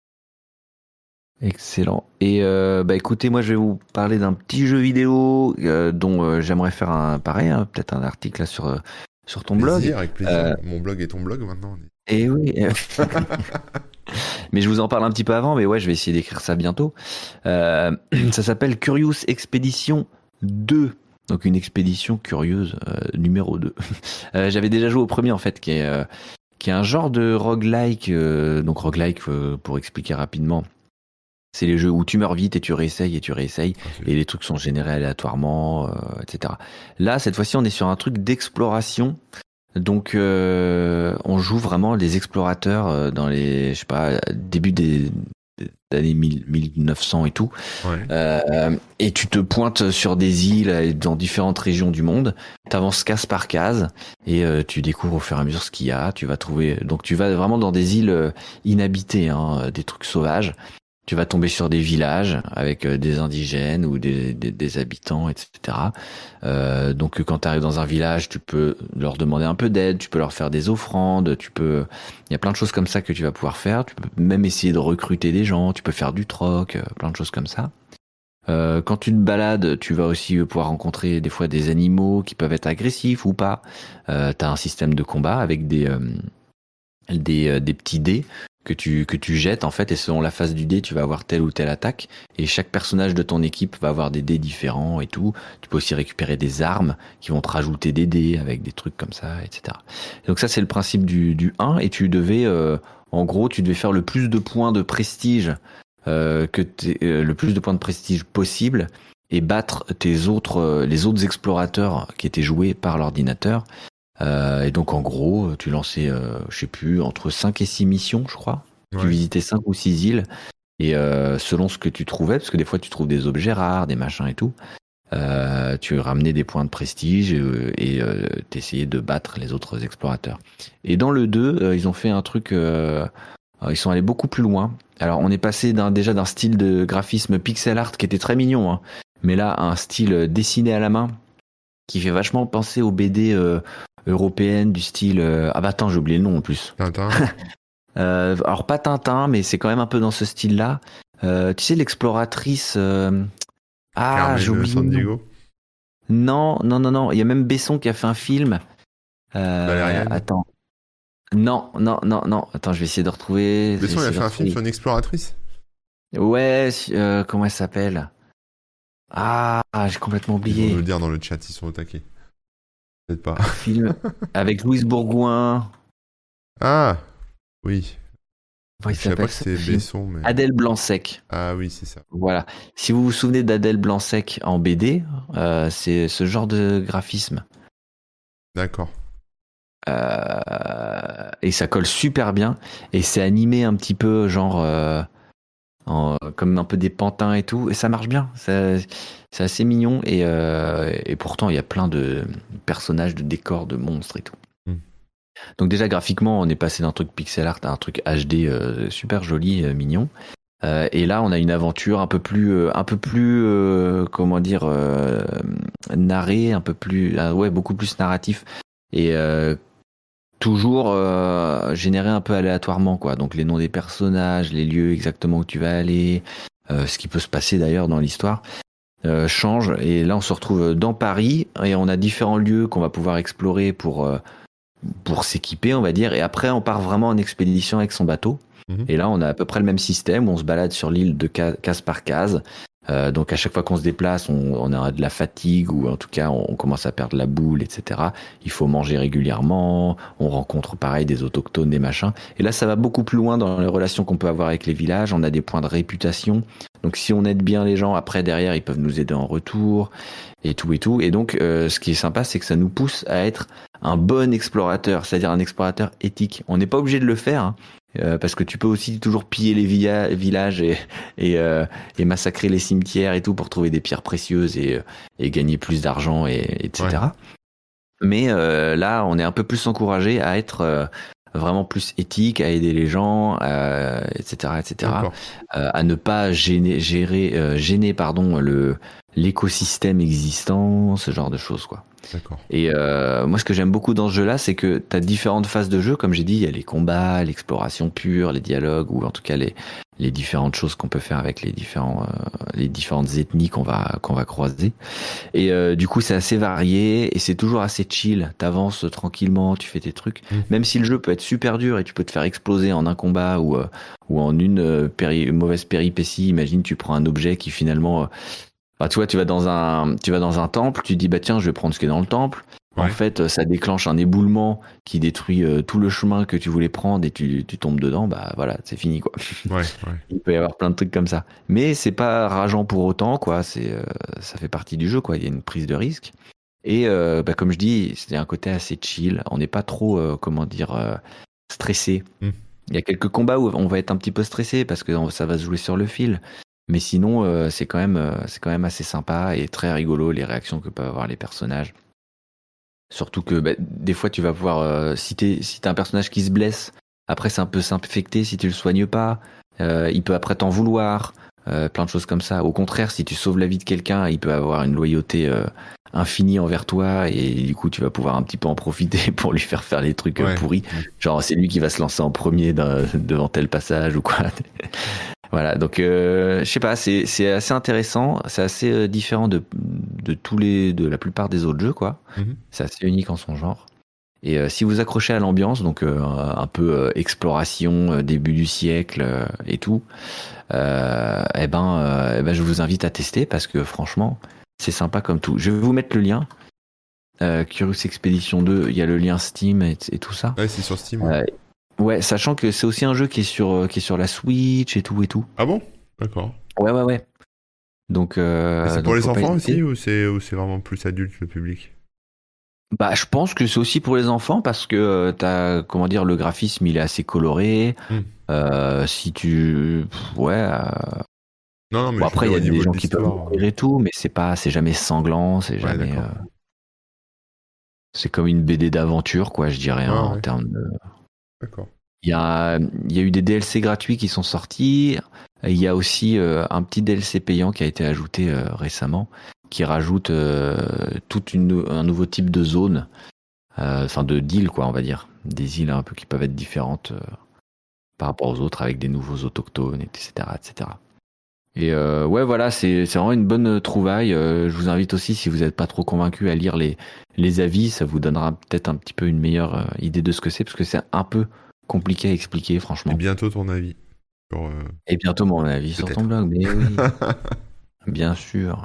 excellent. Et euh, bah écoutez, moi je vais vous parler d'un petit jeu vidéo euh, dont euh, j'aimerais faire un pareil, hein, peut-être un article là, sur, euh, sur ton blog. Plaisir, avec plaisir. Euh, Mon blog est ton blog maintenant. Et oui. euh, Mais je vous en parle un petit peu avant, mais ouais, je vais essayer d'écrire ça bientôt. Euh, ça s'appelle Curious Expedition deux. Donc une expédition curieuse euh, numéro deux. Euh, J'avais déjà joué au premier en fait, qui est, euh, qui est un genre de roguelike. Euh, donc roguelike, euh, pour expliquer rapidement, c'est les jeux où tu meurs vite et tu réessayes et tu réessayes Ah, c'est- et les trucs sont générés aléatoirement, euh, et cetera. Là, cette fois-ci, on est sur un truc d'exploration. Donc, euh, on joue vraiment les explorateurs euh, dans les, je sais pas, début des, des années mille, mille neuf cents et tout. Ouais. Euh, et tu te pointes sur des îles euh, dans différentes régions du monde. T'avances case par case et euh, tu découvres au fur et à mesure ce qu'il y a. Tu vas trouver, donc tu vas vraiment dans des îles euh, inhabitées, hein, des trucs sauvages. Tu vas tomber sur des villages avec euh, des indigènes ou des, des, des habitants, et cetera. Euh, donc quand tu arrives dans un village, tu peux leur demander un peu d'aide, tu peux leur faire des offrandes, tu peux, il y a plein de choses comme ça que tu vas pouvoir faire. Tu peux même essayer de recruter des gens, tu peux faire du troc, euh, plein de choses comme ça. Euh, quand tu te balades, tu vas aussi pouvoir rencontrer des fois des animaux qui peuvent être agressifs ou pas. Euh, tu as un système de combat avec des, euh, des, euh, des petits dés que tu, que tu jettes en fait, et selon la phase du dé, tu vas avoir telle ou telle attaque, et chaque personnage de ton équipe va avoir des dés différents et tout. Tu peux aussi récupérer des armes qui vont te rajouter des dés avec des trucs comme ça, et cetera. Donc ça, c'est le principe du, du un, et tu devais, euh, en gros, tu devais faire le plus de points de prestige, euh, que t'es- euh, le plus de points de prestige possible, et battre tes autres, euh, les autres explorateurs qui étaient joués par l'ordinateur. Euh, et donc en gros, tu lançais, euh, je sais plus, entre cinq et six missions, je crois. Tu Ouais. visitais cinq ou six îles. Et euh, selon ce que tu trouvais, parce que des fois tu trouves des objets rares, des machins et tout, euh, tu ramenais des points de prestige euh, et euh, t'essayais de battre les autres explorateurs. Et dans le deux, euh, ils ont fait un truc, euh, ils sont allés beaucoup plus loin. Alors on est passé d'un, déjà d'un style de graphisme pixel art qui était très mignon, hein, mais là à un style dessiné à la main qui fait vachement penser aux B D euh, européennes du style... euh, Ah bah attends, j'ai oublié le nom en plus. Tintin. Euh, alors pas Tintin, mais c'est quand même un peu dans ce style-là. Euh, tu sais, l'exploratrice... euh, Ah, Carmen j'ai de oublié le San nom. Diego. Non, non, non, non. Il y a même Besson qui a fait un film. Euh, Valériane. attends. Non, non, non, non. Attends, je vais essayer de retrouver. je vais Besson, il a essayer de fait un film retrouver. sur une exploratrice. Ouais, euh, comment elle s'appelle? Ah, j'ai complètement Ils vont nous oublié. le dire dans le chat, ils sont au taquet. Peut-être pas. Un film avec Louise Bourgoin. Ah, oui. Comment il Je savais pas s'appelle que ce c'était film? Besson, mais. Adèle Blanc-Sec. Ah oui, c'est ça. Voilà. Si vous vous souvenez d'Adèle Blanc-Sec en B D, euh, c'est ce genre de graphisme. D'accord. Euh, et ça colle super bien. Et c'est animé un petit peu, genre, euh, en- comme un peu des pantins et tout. Et ça marche bien. C'est c'est assez mignon. Et, euh, et pourtant, il y a plein de personnages, de décors, de monstres et tout. Mm. Donc, déjà, graphiquement, on est passé d'un truc pixel art à un truc H D euh, super joli, euh, mignon. Euh, et là, on a une aventure un peu plus, euh, un peu plus, euh, comment dire, euh, narrée, un peu plus, ah ouais, beaucoup plus narratif, et euh, toujours euh, généré un peu aléatoirement, quoi. Donc les noms des personnages, les lieux exactement où tu vas aller, euh, ce qui peut se passer d'ailleurs dans l'histoire, euh, change. Et là, on se retrouve dans Paris et on a différents lieux qu'on va pouvoir explorer pour euh, pour s'équiper, on va dire. Et après, on part vraiment en expédition avec son bateau. Mhm. Et là, on a à peu près le même système. On se balade sur l'île de ca- case par case. Euh, donc à chaque fois qu'on se déplace, on, on a de la fatigue ou en tout cas on, on commence à perdre la boule, et cetera. Il faut manger régulièrement. On rencontre pareil des autochtones, des machins. Et là, ça va beaucoup plus loin dans les relations qu'on peut avoir avec les villages. On a des points de réputation. Donc si on aide bien les gens, après derrière, ils peuvent nous aider en retour et tout et tout. Et donc euh, ce qui est sympa, c'est que ça nous pousse à être un bon explorateur, c'est-à-dire un explorateur éthique. On n'est pas obligé de le faire. Hein. Euh, parce que tu peux aussi toujours piller les villa- villages et, et, euh, et massacrer les cimetières et tout pour trouver des pierres précieuses et, et gagner plus d'argent, et, etc. Ouais. Mais euh, là, on est un peu plus encouragé à être, euh, vraiment plus éthique, à aider les gens, euh, et cetera, et cetera. D'accord. Euh, à ne pas gêner, gérer, euh, gêner, pardon, le l'écosystème existant, ce genre de choses, quoi. D'accord. Et euh, moi, ce que j'aime beaucoup dans ce jeu-là, c'est que tu as différentes phases de jeu. Comme j'ai dit, il y a les combats, l'exploration pure, les dialogues, ou en tout cas les, les différentes choses qu'on peut faire avec les, différents, euh, les différentes ethnies qu'on va, qu'on va croiser. Et euh, du coup, c'est assez varié et c'est toujours assez chill. T'avances tranquillement, tu fais tes trucs. Mmh. Même si le jeu peut être super dur et tu peux te faire exploser en un combat ou, euh, ou en une euh, péri- mauvaise péripétie. Imagine, tu prends un objet qui finalement... Euh, bah, tu vois, tu vas dans un, tu vas dans un temple, tu te dis, bah tiens, je vais prendre ce qui est dans le temple. En Ouais. fait, ça déclenche un éboulement qui détruit euh, tout le chemin que tu voulais prendre et tu, tu tombes dedans, bah voilà, c'est fini, quoi. Ouais, ouais. Il peut y avoir plein de trucs comme ça. Mais c'est pas rageant pour autant, quoi. C'est, euh, ça fait partie du jeu, quoi. Il y a une prise de risque. Et euh, bah, comme je dis, c'est un côté assez chill. On n'est pas trop, euh, comment dire, euh, stressé. Mm. Il y a quelques combats où on va être un petit peu stressé parce que ça va se jouer sur le fil. Mais sinon, euh, c'est quand même, euh, c'est quand même assez sympa et très rigolo les réactions que peuvent avoir les personnages. Surtout que bah, des fois, tu vas pouvoir, euh, si t'es, si t'as un personnage qui se blesse, après c'est un peu s'infecter si tu le soignes pas. Euh, il peut après t'en vouloir, euh, plein de choses comme ça. Au contraire, si tu sauves la vie de quelqu'un, il peut avoir une loyauté euh, infinie envers toi et du coup, tu vas pouvoir un petit peu en profiter pour lui faire faire les trucs euh, Ouais. pourris. Genre, c'est lui qui va se lancer en premier dans- devant tel passage ou quoi. Voilà, donc euh, je sais pas, c'est c'est assez intéressant, c'est assez euh, différent de de tous les de la plupart des autres jeux, quoi. Mhm. C'est assez unique en son genre. Et euh, si vous accrochez à l'ambiance, donc euh, un peu euh, exploration, euh, début du siècle euh, et tout, euh, eh ben, euh, eh ben, je vous invite à tester parce que franchement, c'est sympa comme tout. Je vais vous mettre le lien. Euh, Curious Expedition deux, il y a le lien Steam et, et tout ça. Ouais, c'est sur Steam. Ouais. Euh, ouais, sachant que c'est aussi un jeu qui est sur euh, qui est sur la Switch et tout et tout. Ah bon? D'accord. Ouais, ouais, ouais. Donc, euh, Et c'est donc pour les faut pas enfants hésiter. aussi ou c'est ou c'est vraiment plus adulte le public? Bah, je pense que c'est aussi pour les enfants parce que euh, t'as, comment dire, le graphisme il est assez coloré. Mm. Euh, si tu, pff, ouais. euh, Non, non, mais Bon, je veux après, il dire y au a des niveau gens de qui peuvent l'histoire. mourir et tout, mais c'est pas, c'est jamais sanglant, c'est Ouais, jamais. d'accord. euh, c'est comme une B D d'aventure, quoi, je dirais, hein, Ouais, en ouais. termes de. D'accord. Il y a, il y a eu des D L C gratuits qui sont sortis. Il y a aussi euh, un petit D L C payant qui a été ajouté euh, récemment, qui rajoute euh, tout une, un nouveau type de zone, euh, enfin de d'îles, quoi, on va dire. Des îles un peu qui peuvent être différentes euh, par rapport aux autres, avec des nouveaux autochtones, et cetera, et cetera. Et euh, ouais, voilà, c'est c'est vraiment une bonne trouvaille. Euh, je vous invite aussi, si vous n'êtes pas trop convaincu, à lire les, les avis. Ça vous donnera peut-être un petit peu une meilleure euh, idée de ce que c'est, parce que c'est un peu compliqué à expliquer, Et franchement. bientôt ton avis sur, euh, Et bientôt mon avis sur ton peut-être. blog, mais oui, bien sûr,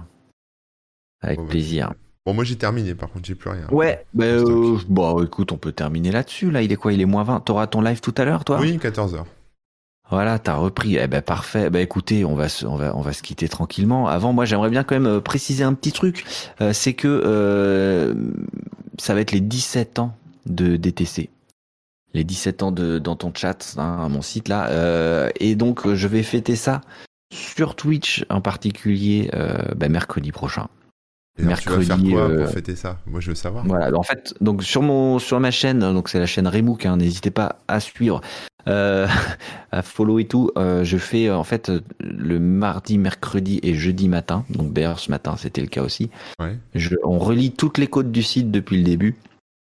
avec Bon, bah, plaisir. génial. Bon, moi j'ai terminé, par contre, j'ai plus rien. Ouais, bah, en stock. euh, bon, écoute, on peut terminer là-dessus. Là, il est quoi? Il est moins vingt. T'auras ton live tout à l'heure, toi? Oui, quatorze heures. Voilà, t'as repris. Eh ben parfait. Ben écoutez, on va se, on va, on va se quitter tranquillement. Avant, moi, j'aimerais bien quand même euh, préciser un petit truc. Euh, c'est que euh, ça va être les dix-sept ans de D T C. Les dix-sept ans de dans ton chat, hein, à mon site là. Euh, et donc, euh, je vais fêter ça sur Twitch en particulier euh, ben, mercredi prochain. Et alors, tu vas faire Mercredi, quoi euh, pour fêter ça? Moi, je veux savoir. Voilà, en fait, donc sur mon sur ma chaîne, donc c'est la chaîne Remook, hein, n'hésitez pas à suivre, euh, à follow et tout. Euh, je fais euh, en fait euh, le mardi, mercredi et jeudi matin. Donc d'ailleurs ce matin c'était le cas aussi. Ouais. Je, on relit toutes les codes du site depuis le début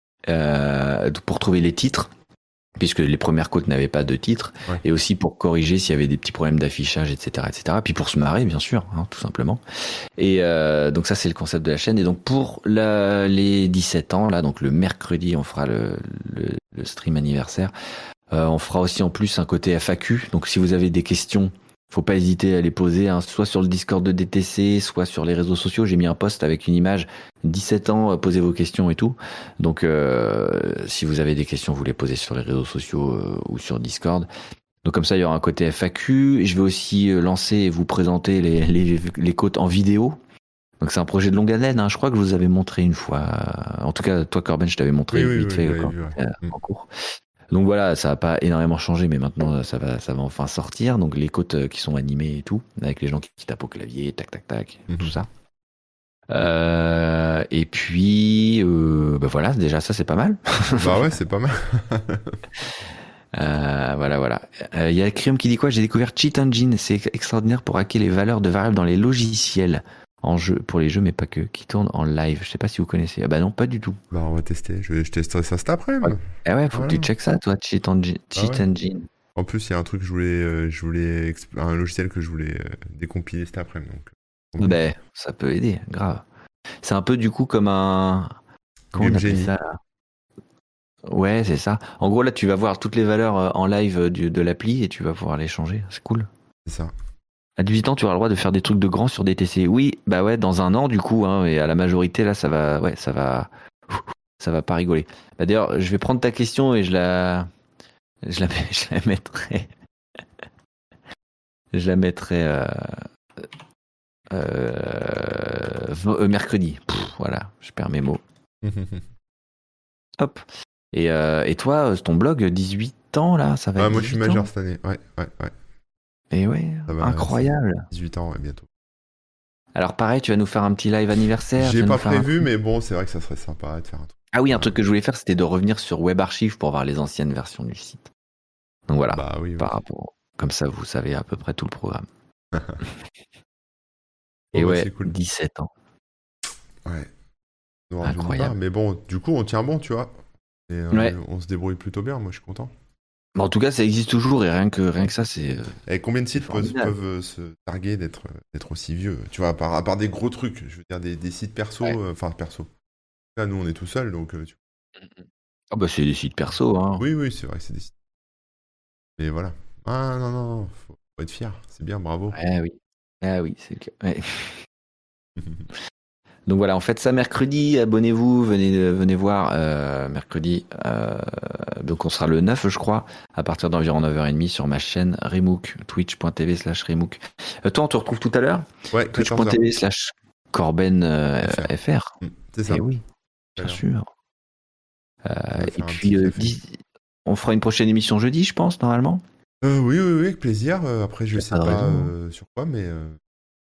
euh, pour trouver les titres, puisque les premières côtes n'avaient pas de titre, Ouais. et aussi pour corriger s'il y avait des petits problèmes d'affichage, et cetera, et cetera. Puis pour se marrer, bien sûr, hein, tout simplement. Et euh, donc ça, c'est le concept de la chaîne. Et donc pour la, les dix-sept ans, là, donc le mercredi, on fera le, le, le stream anniversaire. Euh, on fera aussi en plus un côté F A Q. Donc si vous avez des questions, faut pas hésiter à les poser, hein, soit sur le Discord de D T C, soit sur les réseaux sociaux. J'ai mis un post avec une image, dix-sept ans, posez vos questions et tout. Donc euh, si vous avez des questions, vous les posez sur les réseaux sociaux euh, ou sur Discord. Donc comme ça, il y aura un côté F A Q. Je vais aussi lancer et vous présenter les, les, les côtes en vidéo. Donc c'est un projet de longue haleine, hein. Je crois que je vous avais montré une fois. En tout cas, toi Corben, je t'avais montré Oui, oui, vite oui, fait je l'avais quand vu, ouais. c'était Mm. en cours. Donc voilà, ça va pas énormément changé, mais maintenant ça va, ça va enfin sortir. Donc les côtes qui sont animées et tout, avec les gens qui, qui tapent au clavier, tac tac tac, Mhm. tout ça. Euh, et puis, euh, bah voilà, déjà ça c'est pas mal. Bah ouais, c'est pas mal. Euh, voilà, voilà. Il euh, y a Crium qui dit quoi? J'ai découvert Cheat Engine, c'est extraordinaire pour hacker les valeurs de variables dans les logiciels en jeu, pour les jeux, mais pas que, qui tournent en live. Je sais pas si vous connaissez. Ah bah non, pas du tout. Bah on va tester. Je, je testerai ça cet après-midi. Ouais. Ah ouais, faut Voilà. que tu checkes ça, toi, Cheat Engine. Cheat Ah ouais. Engine. En plus, il y a un truc que je voulais, euh, je voulais exp- un logiciel que je voulais euh, décompiler cet après-midi. Donc, Ben, ça peut aider, grave. C'est un peu du coup comme un. Comment Game on appelle Genie. ça là? Ouais, c'est ça. En gros, là, tu vas voir toutes les valeurs euh, en live euh, du- de l'appli et tu vas pouvoir les changer. C'est cool. C'est ça. À dix-huit ans, tu auras le droit de faire des trucs de grands sur des T C. Oui, bah ouais, dans un an, du coup, hein, et à la majorité, là, ça va, ouais, ça va, ça va pas rigoler. Bah, d'ailleurs, je vais prendre ta question et je la, je la, je la mettrai, je la mettrai euh, euh, euh, mercredi. Pff, voilà, je perds mes mots. Hop. Et, euh, et toi, ton blog, dix-huit ans, là, ça va Ouais, être moi je suis dix-huit majeur ans cette année. Ouais, ouais, ouais. Et ouais, Ça va, incroyable. dix-huit ans, ouais, bientôt. Alors pareil, tu vas nous faire un petit live anniversaire. J'ai pas prévu, un... mais bon, c'est vrai que ça serait sympa de faire un truc. Ah oui, un truc que je voulais faire, c'était de revenir sur Web Archive pour voir les anciennes versions du site. Donc voilà, bah, oui, par oui. rapport... comme ça, vous savez à peu près tout le programme. Et oh, bah, ouais, c'est cool. dix-sept ans. Ouais. Non, incroyable. Pas, mais bon, du coup, on tient bon, tu vois. Et, euh, ouais. On se débrouille plutôt bien, moi je suis content. En tout cas, ça existe toujours et rien que, rien que ça, c'est. Et combien de sites peuvent, peuvent se targuer d'être d'être aussi vieux? Tu vois, à part, à part des gros trucs, je veux dire des, des sites perso, ouais. euh, enfin perso. Là, nous, on est tout seul, donc. Euh, tu... Ah bah c'est des sites perso, hein. Oui, oui, c'est vrai que c'est des sites. Mais voilà. Ah non, non, non, faut, faut être fier. C'est bien, bravo. Ah oui. Ah oui, c'est le cas. Ouais. Donc voilà, on fait ça mercredi, abonnez-vous, venez, venez voir euh, mercredi, euh, donc on sera le neuf je crois, à partir d'environ neuf heures trente sur ma chaîne Remook, twitch.tv slash Remook. Euh, toi on te retrouve tout à l'heure? Ouais, twitch.tv slash Corben euh, F R. Mmh, c'est ça. Et oui, bien Alors. sûr. Euh, et puis euh, dix... on fera une prochaine émission jeudi, je pense, normalement. Euh, oui, oui, oui, avec plaisir. Euh, après, je sais pas, pas euh, sur quoi, mais... Euh...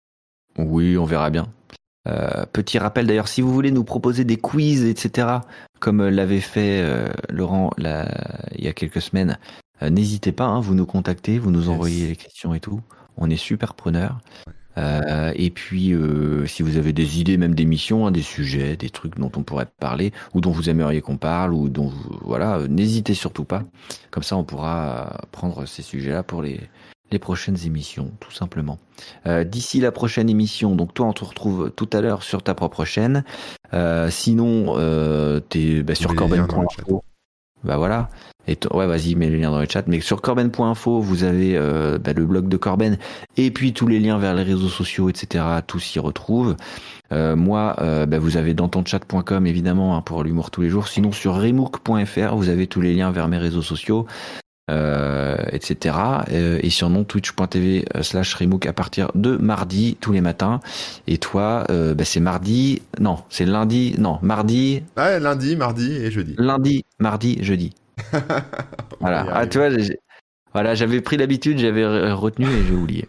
Oui, on verra bien. Euh, petit rappel d'ailleurs, si vous voulez nous proposer des quiz, et cetera, comme l'avait fait euh, Laurent là, il y a quelques semaines, euh, n'hésitez pas, hein, vous nous contactez, vous nous envoyez yes. les questions et tout. On est super preneurs. Ouais. Euh, et puis, euh, si vous avez des idées, même d'émissions, hein, des sujets, des trucs dont on pourrait parler, ou dont vous aimeriez qu'on parle, ou dont vous, voilà, euh, n'hésitez surtout pas. Comme ça, on pourra prendre ces sujets-là pour les les prochaines émissions, tout simplement. Euh, d'ici la prochaine émission, donc toi, on te retrouve tout à l'heure sur ta propre chaîne. Euh, sinon, euh, t'es bah, sur corben point info. Bah voilà. Et ouais, vas-y, mets les liens dans le chat. Mais sur corben point info, vous avez euh, bah, le blog de Corben et puis tous les liens vers les réseaux sociaux, et cetera. Tout s'y retrouve. Euh, moi, euh, bah, vous avez dans ton chat point com évidemment hein, pour l'humour tous les jours. Sinon, sur remook point f r, vous avez tous les liens vers mes réseaux sociaux. Euh, et cetera. Euh, et sur mon twitch.tv slash Remook à partir de mardi, tous les matins. Et toi, euh, bah, c'est mardi, non, c'est lundi, non, mardi. Ouais, lundi, mardi et jeudi. Lundi, mardi, jeudi. Voilà. Ah, tu vois, voilà, j'avais pris l'habitude, j'avais retenu et j'ai oublié.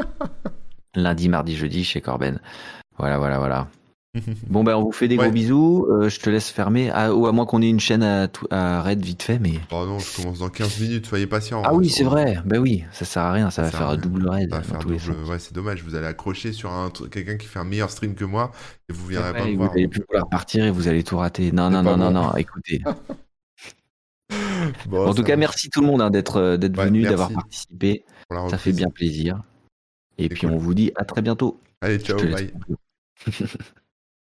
Lundi, mardi, jeudi chez Corben. Voilà, voilà, voilà. Bon ben on vous fait des ouais. gros bisous, euh, je te laisse fermer, ah, ou à moins qu'on ait une chaîne à, à raid vite fait, mais... Oh non, je commence dans quinze minutes, soyez patient. Ah hein, oui c'est vrai, ben oui, ça sert à rien, ça, ça va faire un double raid. Ça va faire double... Ouais c'est dommage, vous allez accrocher sur un quelqu'un qui fait un meilleur stream que moi, et vous viendrez ouais, pas me voir. Vous allez plus pouvoir partir et vous allez tout rater, non non non, bon. non non, écoutez. Bon, en tout cas va. Merci tout le monde hein, d'être d'être ouais, venu, merci. D'avoir participé, ça fait bien plaisir. Et puis cool. On vous dit à très bientôt. Allez ciao, bye.